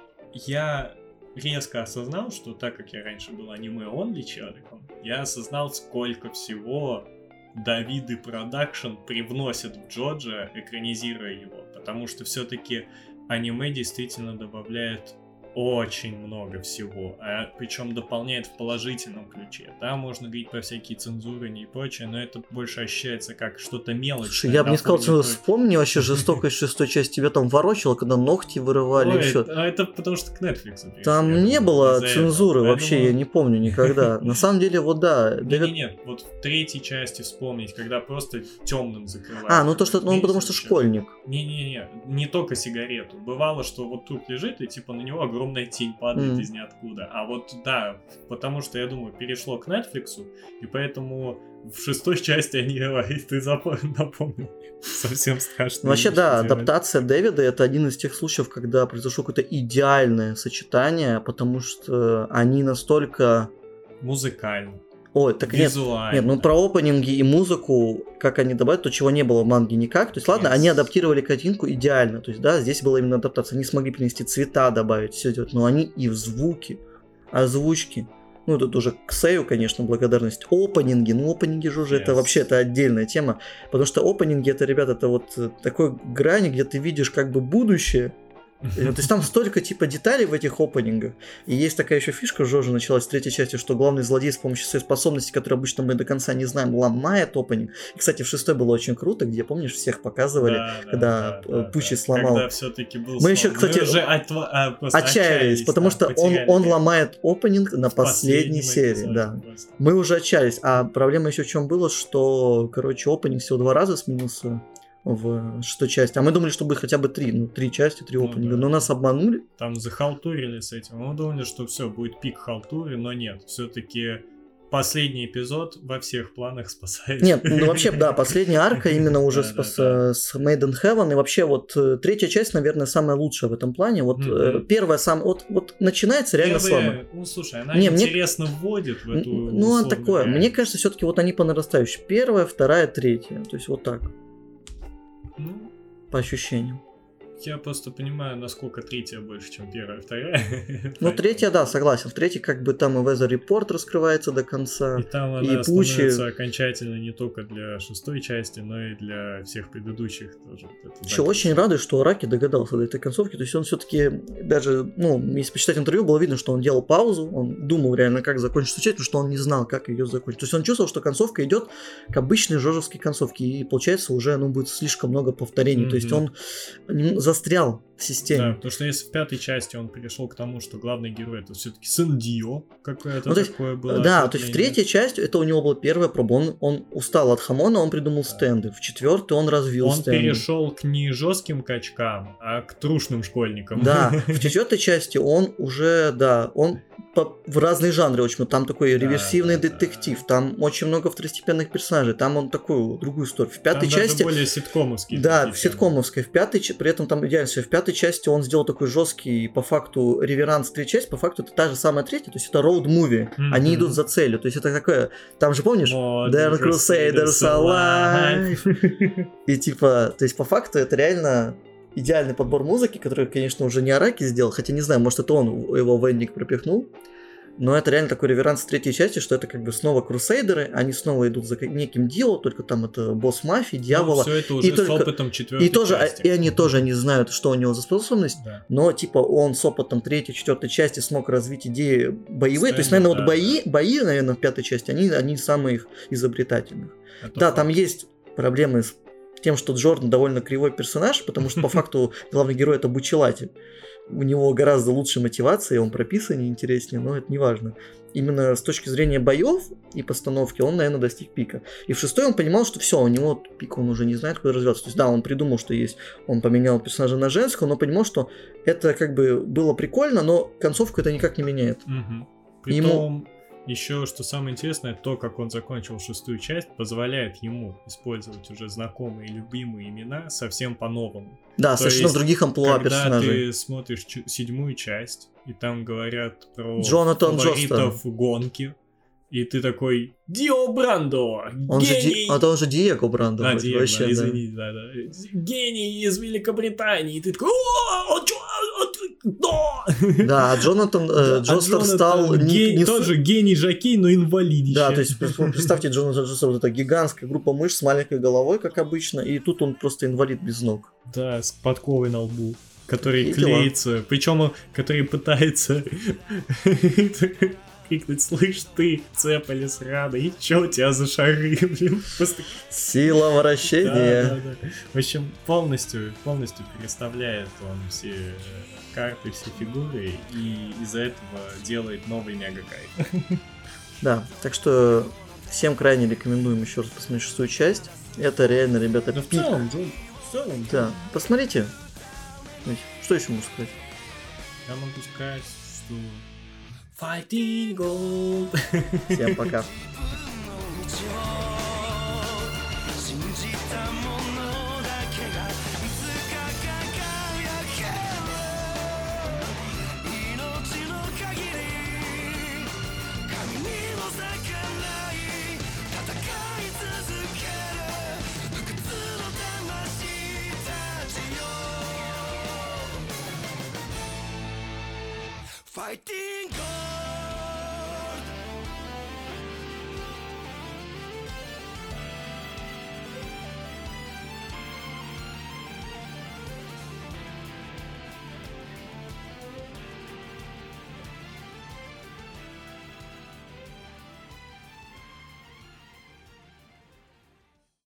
я резко осознал, что так как я раньше был аниме-онли человеком, я осознал, сколько всего Давиды Продакшн привносит в Джоджо, экранизируя его. Потому что все-таки аниме действительно добавляет очень много всего, а причем дополняет в положительном ключе. Да, можно говорить про всякие цензуры и прочее, но это больше ощущается как что-то мелочное. Слушай, я бы на не сказал, фоне что той- вспомни вообще жестокость шестой части. Тебя там ворочило, когда ногти вырывали Ой, и все. а это потому что к Netflix перешли, Там я не думаю, было из-за цензуры этого. вообще, я Поэтому- не помню никогда. На самом деле, вот да. Не, Дэвид- не, нет, вот в третьей части вспомнить, когда просто темным закрывают. А, ну то, что он Видите, потому что сейчас? школьник. Не-не-не, не только сигарету. Бывало, что вот труп лежит, и типа на него огромная тень падает Мгм. из ниоткуда. А вот да, потому что, я думаю, перешло к Netflix, и поэтому в шестой части они, ой, ты запомнил, напомнил, совсем страшно. Ну, вообще, да, адаптация Дэвида — это один из тех случаев, когда произошло какое-то идеальное сочетание, потому что они настолько... Музыкально. Ой, так нет, нет, ну про опенинги и музыку, как они добавят, то, чего не было в манге никак. То есть, ладно, yes. они адаптировали картинку идеально. То есть, да, здесь была именно адаптация. Они смогли принести цвета, добавить, все делать. Но они и в звуки, озвучки. Ну, тут уже к Сею, конечно, благодарность. Опенинги, ну, опенинги же уже, yes. это вообще, это отдельная тема. Потому что опенинги, это, ребята, это вот такой грани, где ты видишь как бы будущее. То есть там столько типа деталей в этих опенингах. И есть такая еще фишка, Жожа началась в третьей части, что главный злодей с помощью своей способности, которую обычно мы до конца не знаем, ломает опенинг. И, кстати, в шестой было очень круто, где, помнишь, всех показывали, да, когда да, Пучи да, сломал. Когда все-таки был мы еще, кстати, мы уже отва... а, отчаялись, отчаялись, потому да, что он, он ломает опенинг на последней серии. Да. Мы уже отчаялись. А проблема еще в чем было, что, короче, опенинг всего два раза сменился в шестой части. А мы думали, что будет хотя бы три. Ну, три части, три опенинга. Ну, да. Но нас обманули. Там захалтурили с этим. Мы думали, что все, будет пик халтуры, но нет. Все-таки последний эпизод во всех планах спасает. Нет, ну вообще, да, последняя арка именно уже с Made in Heaven. И вообще вот третья часть, наверное, самая лучшая в этом плане. Вот первая самая... Вот начинается реально слабо. Ну, слушай, она интересно вводит в эту... Ну, такое. Мне кажется, все-таки вот они по нарастающей. Первая, вторая, третья. То есть вот так. Ну, по ощущениям. Я просто понимаю, насколько третья больше, чем первая, вторая. Ну, третья, да, согласен. В третьей как бы там и Weather Report раскрывается до конца. И там она и становится Пучи... окончательно не только для шестой части, но и для всех предыдущих тоже. Еще очень рады, что Араки догадался до этой концовки. То есть он все-таки даже, ну, если почитать интервью, было видно, что он делал паузу, он думал реально, как закончить эту часть, потому что он не знал, как ее закончить. То есть он чувствовал, что концовка идет к обычной жожевской концовке, и получается уже, ну, будет слишком много повторений. Mm-hmm. То есть он застрял в системе. Да, потому что если в пятой части он перешел к тому, что главный герой это все-таки сын Дио, какое-то ну, такое есть, было. Да, то есть в третьей части это у него была первая проба. Он, он устал от Хамона, он придумал да. стенды. В четвертой он развил он стенды. Он перешел к не жестким качкам, а к трушным школьникам. Да, в четвертой части он уже, да, он по, в разные жанры очень много. Там такой да, реверсивный да, детектив, да. Там очень много второстепенных персонажей, там он такую другую историю. В пятой там части... более ситкомовский. Да, в ситкомовской. В пятой, при этом там идеально все. В пятой части он сделал такой жесткий, по факту, реверанс третьей части, по факту это та же самая третья, то есть это роуд-муви, mm-hmm. они идут за целью, то есть это такое, там же помнишь? The Crusaders Alive! И типа, то есть по факту это реально идеальный подбор музыки, который, конечно, уже не Араки сделал, хотя не знаю, может это он его в эндинг пропихнул. Но это реально такой реверанс в третьей части, что это как бы снова крусейдеры, они снова идут за неким Дио, только там это босс мафии, дьявола. Ну, все это уже и с только... опытом четвертой и тоже, части. И они тоже не знают, что у него за способность, да. Но типа он с опытом третьей, четвертой части смог развить идеи боевые. Стэнды, то есть, наверное, да, вот бои, да. бои, наверное, в пятой части, они, они самые их изобретательных. Это да, факт. Там есть проблемы с тем, что Джордан довольно кривой персонаж, потому что по факту главный герой это бучелатель. У него гораздо лучше мотивация, он прописаннее, интереснее, но это не важно. Именно с точки зрения боев и постановки он, наверное, достиг пика. И в шестой он понимал, что все, у него пик, он уже не знает, куда развиваться. То есть, да, он придумал, что есть, он поменял персонажа на женского, но понимал, что это как бы было прикольно, но концовку это никак не меняет. Угу. Притом... Ему... Еще, что самое интересное, то, как он закончил шестую часть, позволяет ему использовать уже знакомые, любимые имена совсем по-новому. Да, то совершенно есть, в других амплуа персонажей. Когда ты смотришь ч- седьмую часть, и там говорят про Джонатан фаворитов Джостон. гонки, и ты такой Дио Брандо, он гений! Же Ди... А то он же Диего Брандо. А, Диего, вообще, да, извини, да. Да, да. Гений из Великобритании. И ты такой, о, он чё, да! Да, а Джонатан э, Джостер стал... Ген... Не... Тоже гений жокей, но инвалидище. Да, то есть представьте, Джонатан Джостер, вот эта гигантская группа мышц с маленькой головой, как обычно, и тут он просто инвалид без ног. Да, с подковой на лбу, который и клеится, причем он, который пытается... крикнуть, слышь ты, Цепалис Рада, и чё у тебя за шары, блин? Просто... Сила вращения. Да, да, да. В общем, полностью, полностью переставляет он все карты, все фигуры, и из-за этого делает новый мега-кайф. Да, так что всем крайне рекомендуем еще раз посмотреть шестую часть. Это реально, ребята, да пик. В целом, Джон, в целом. Да, посмотрите. Что еще можно сказать? Я могу сказать, что... Fighting Gold. Всем пока. Fighting God!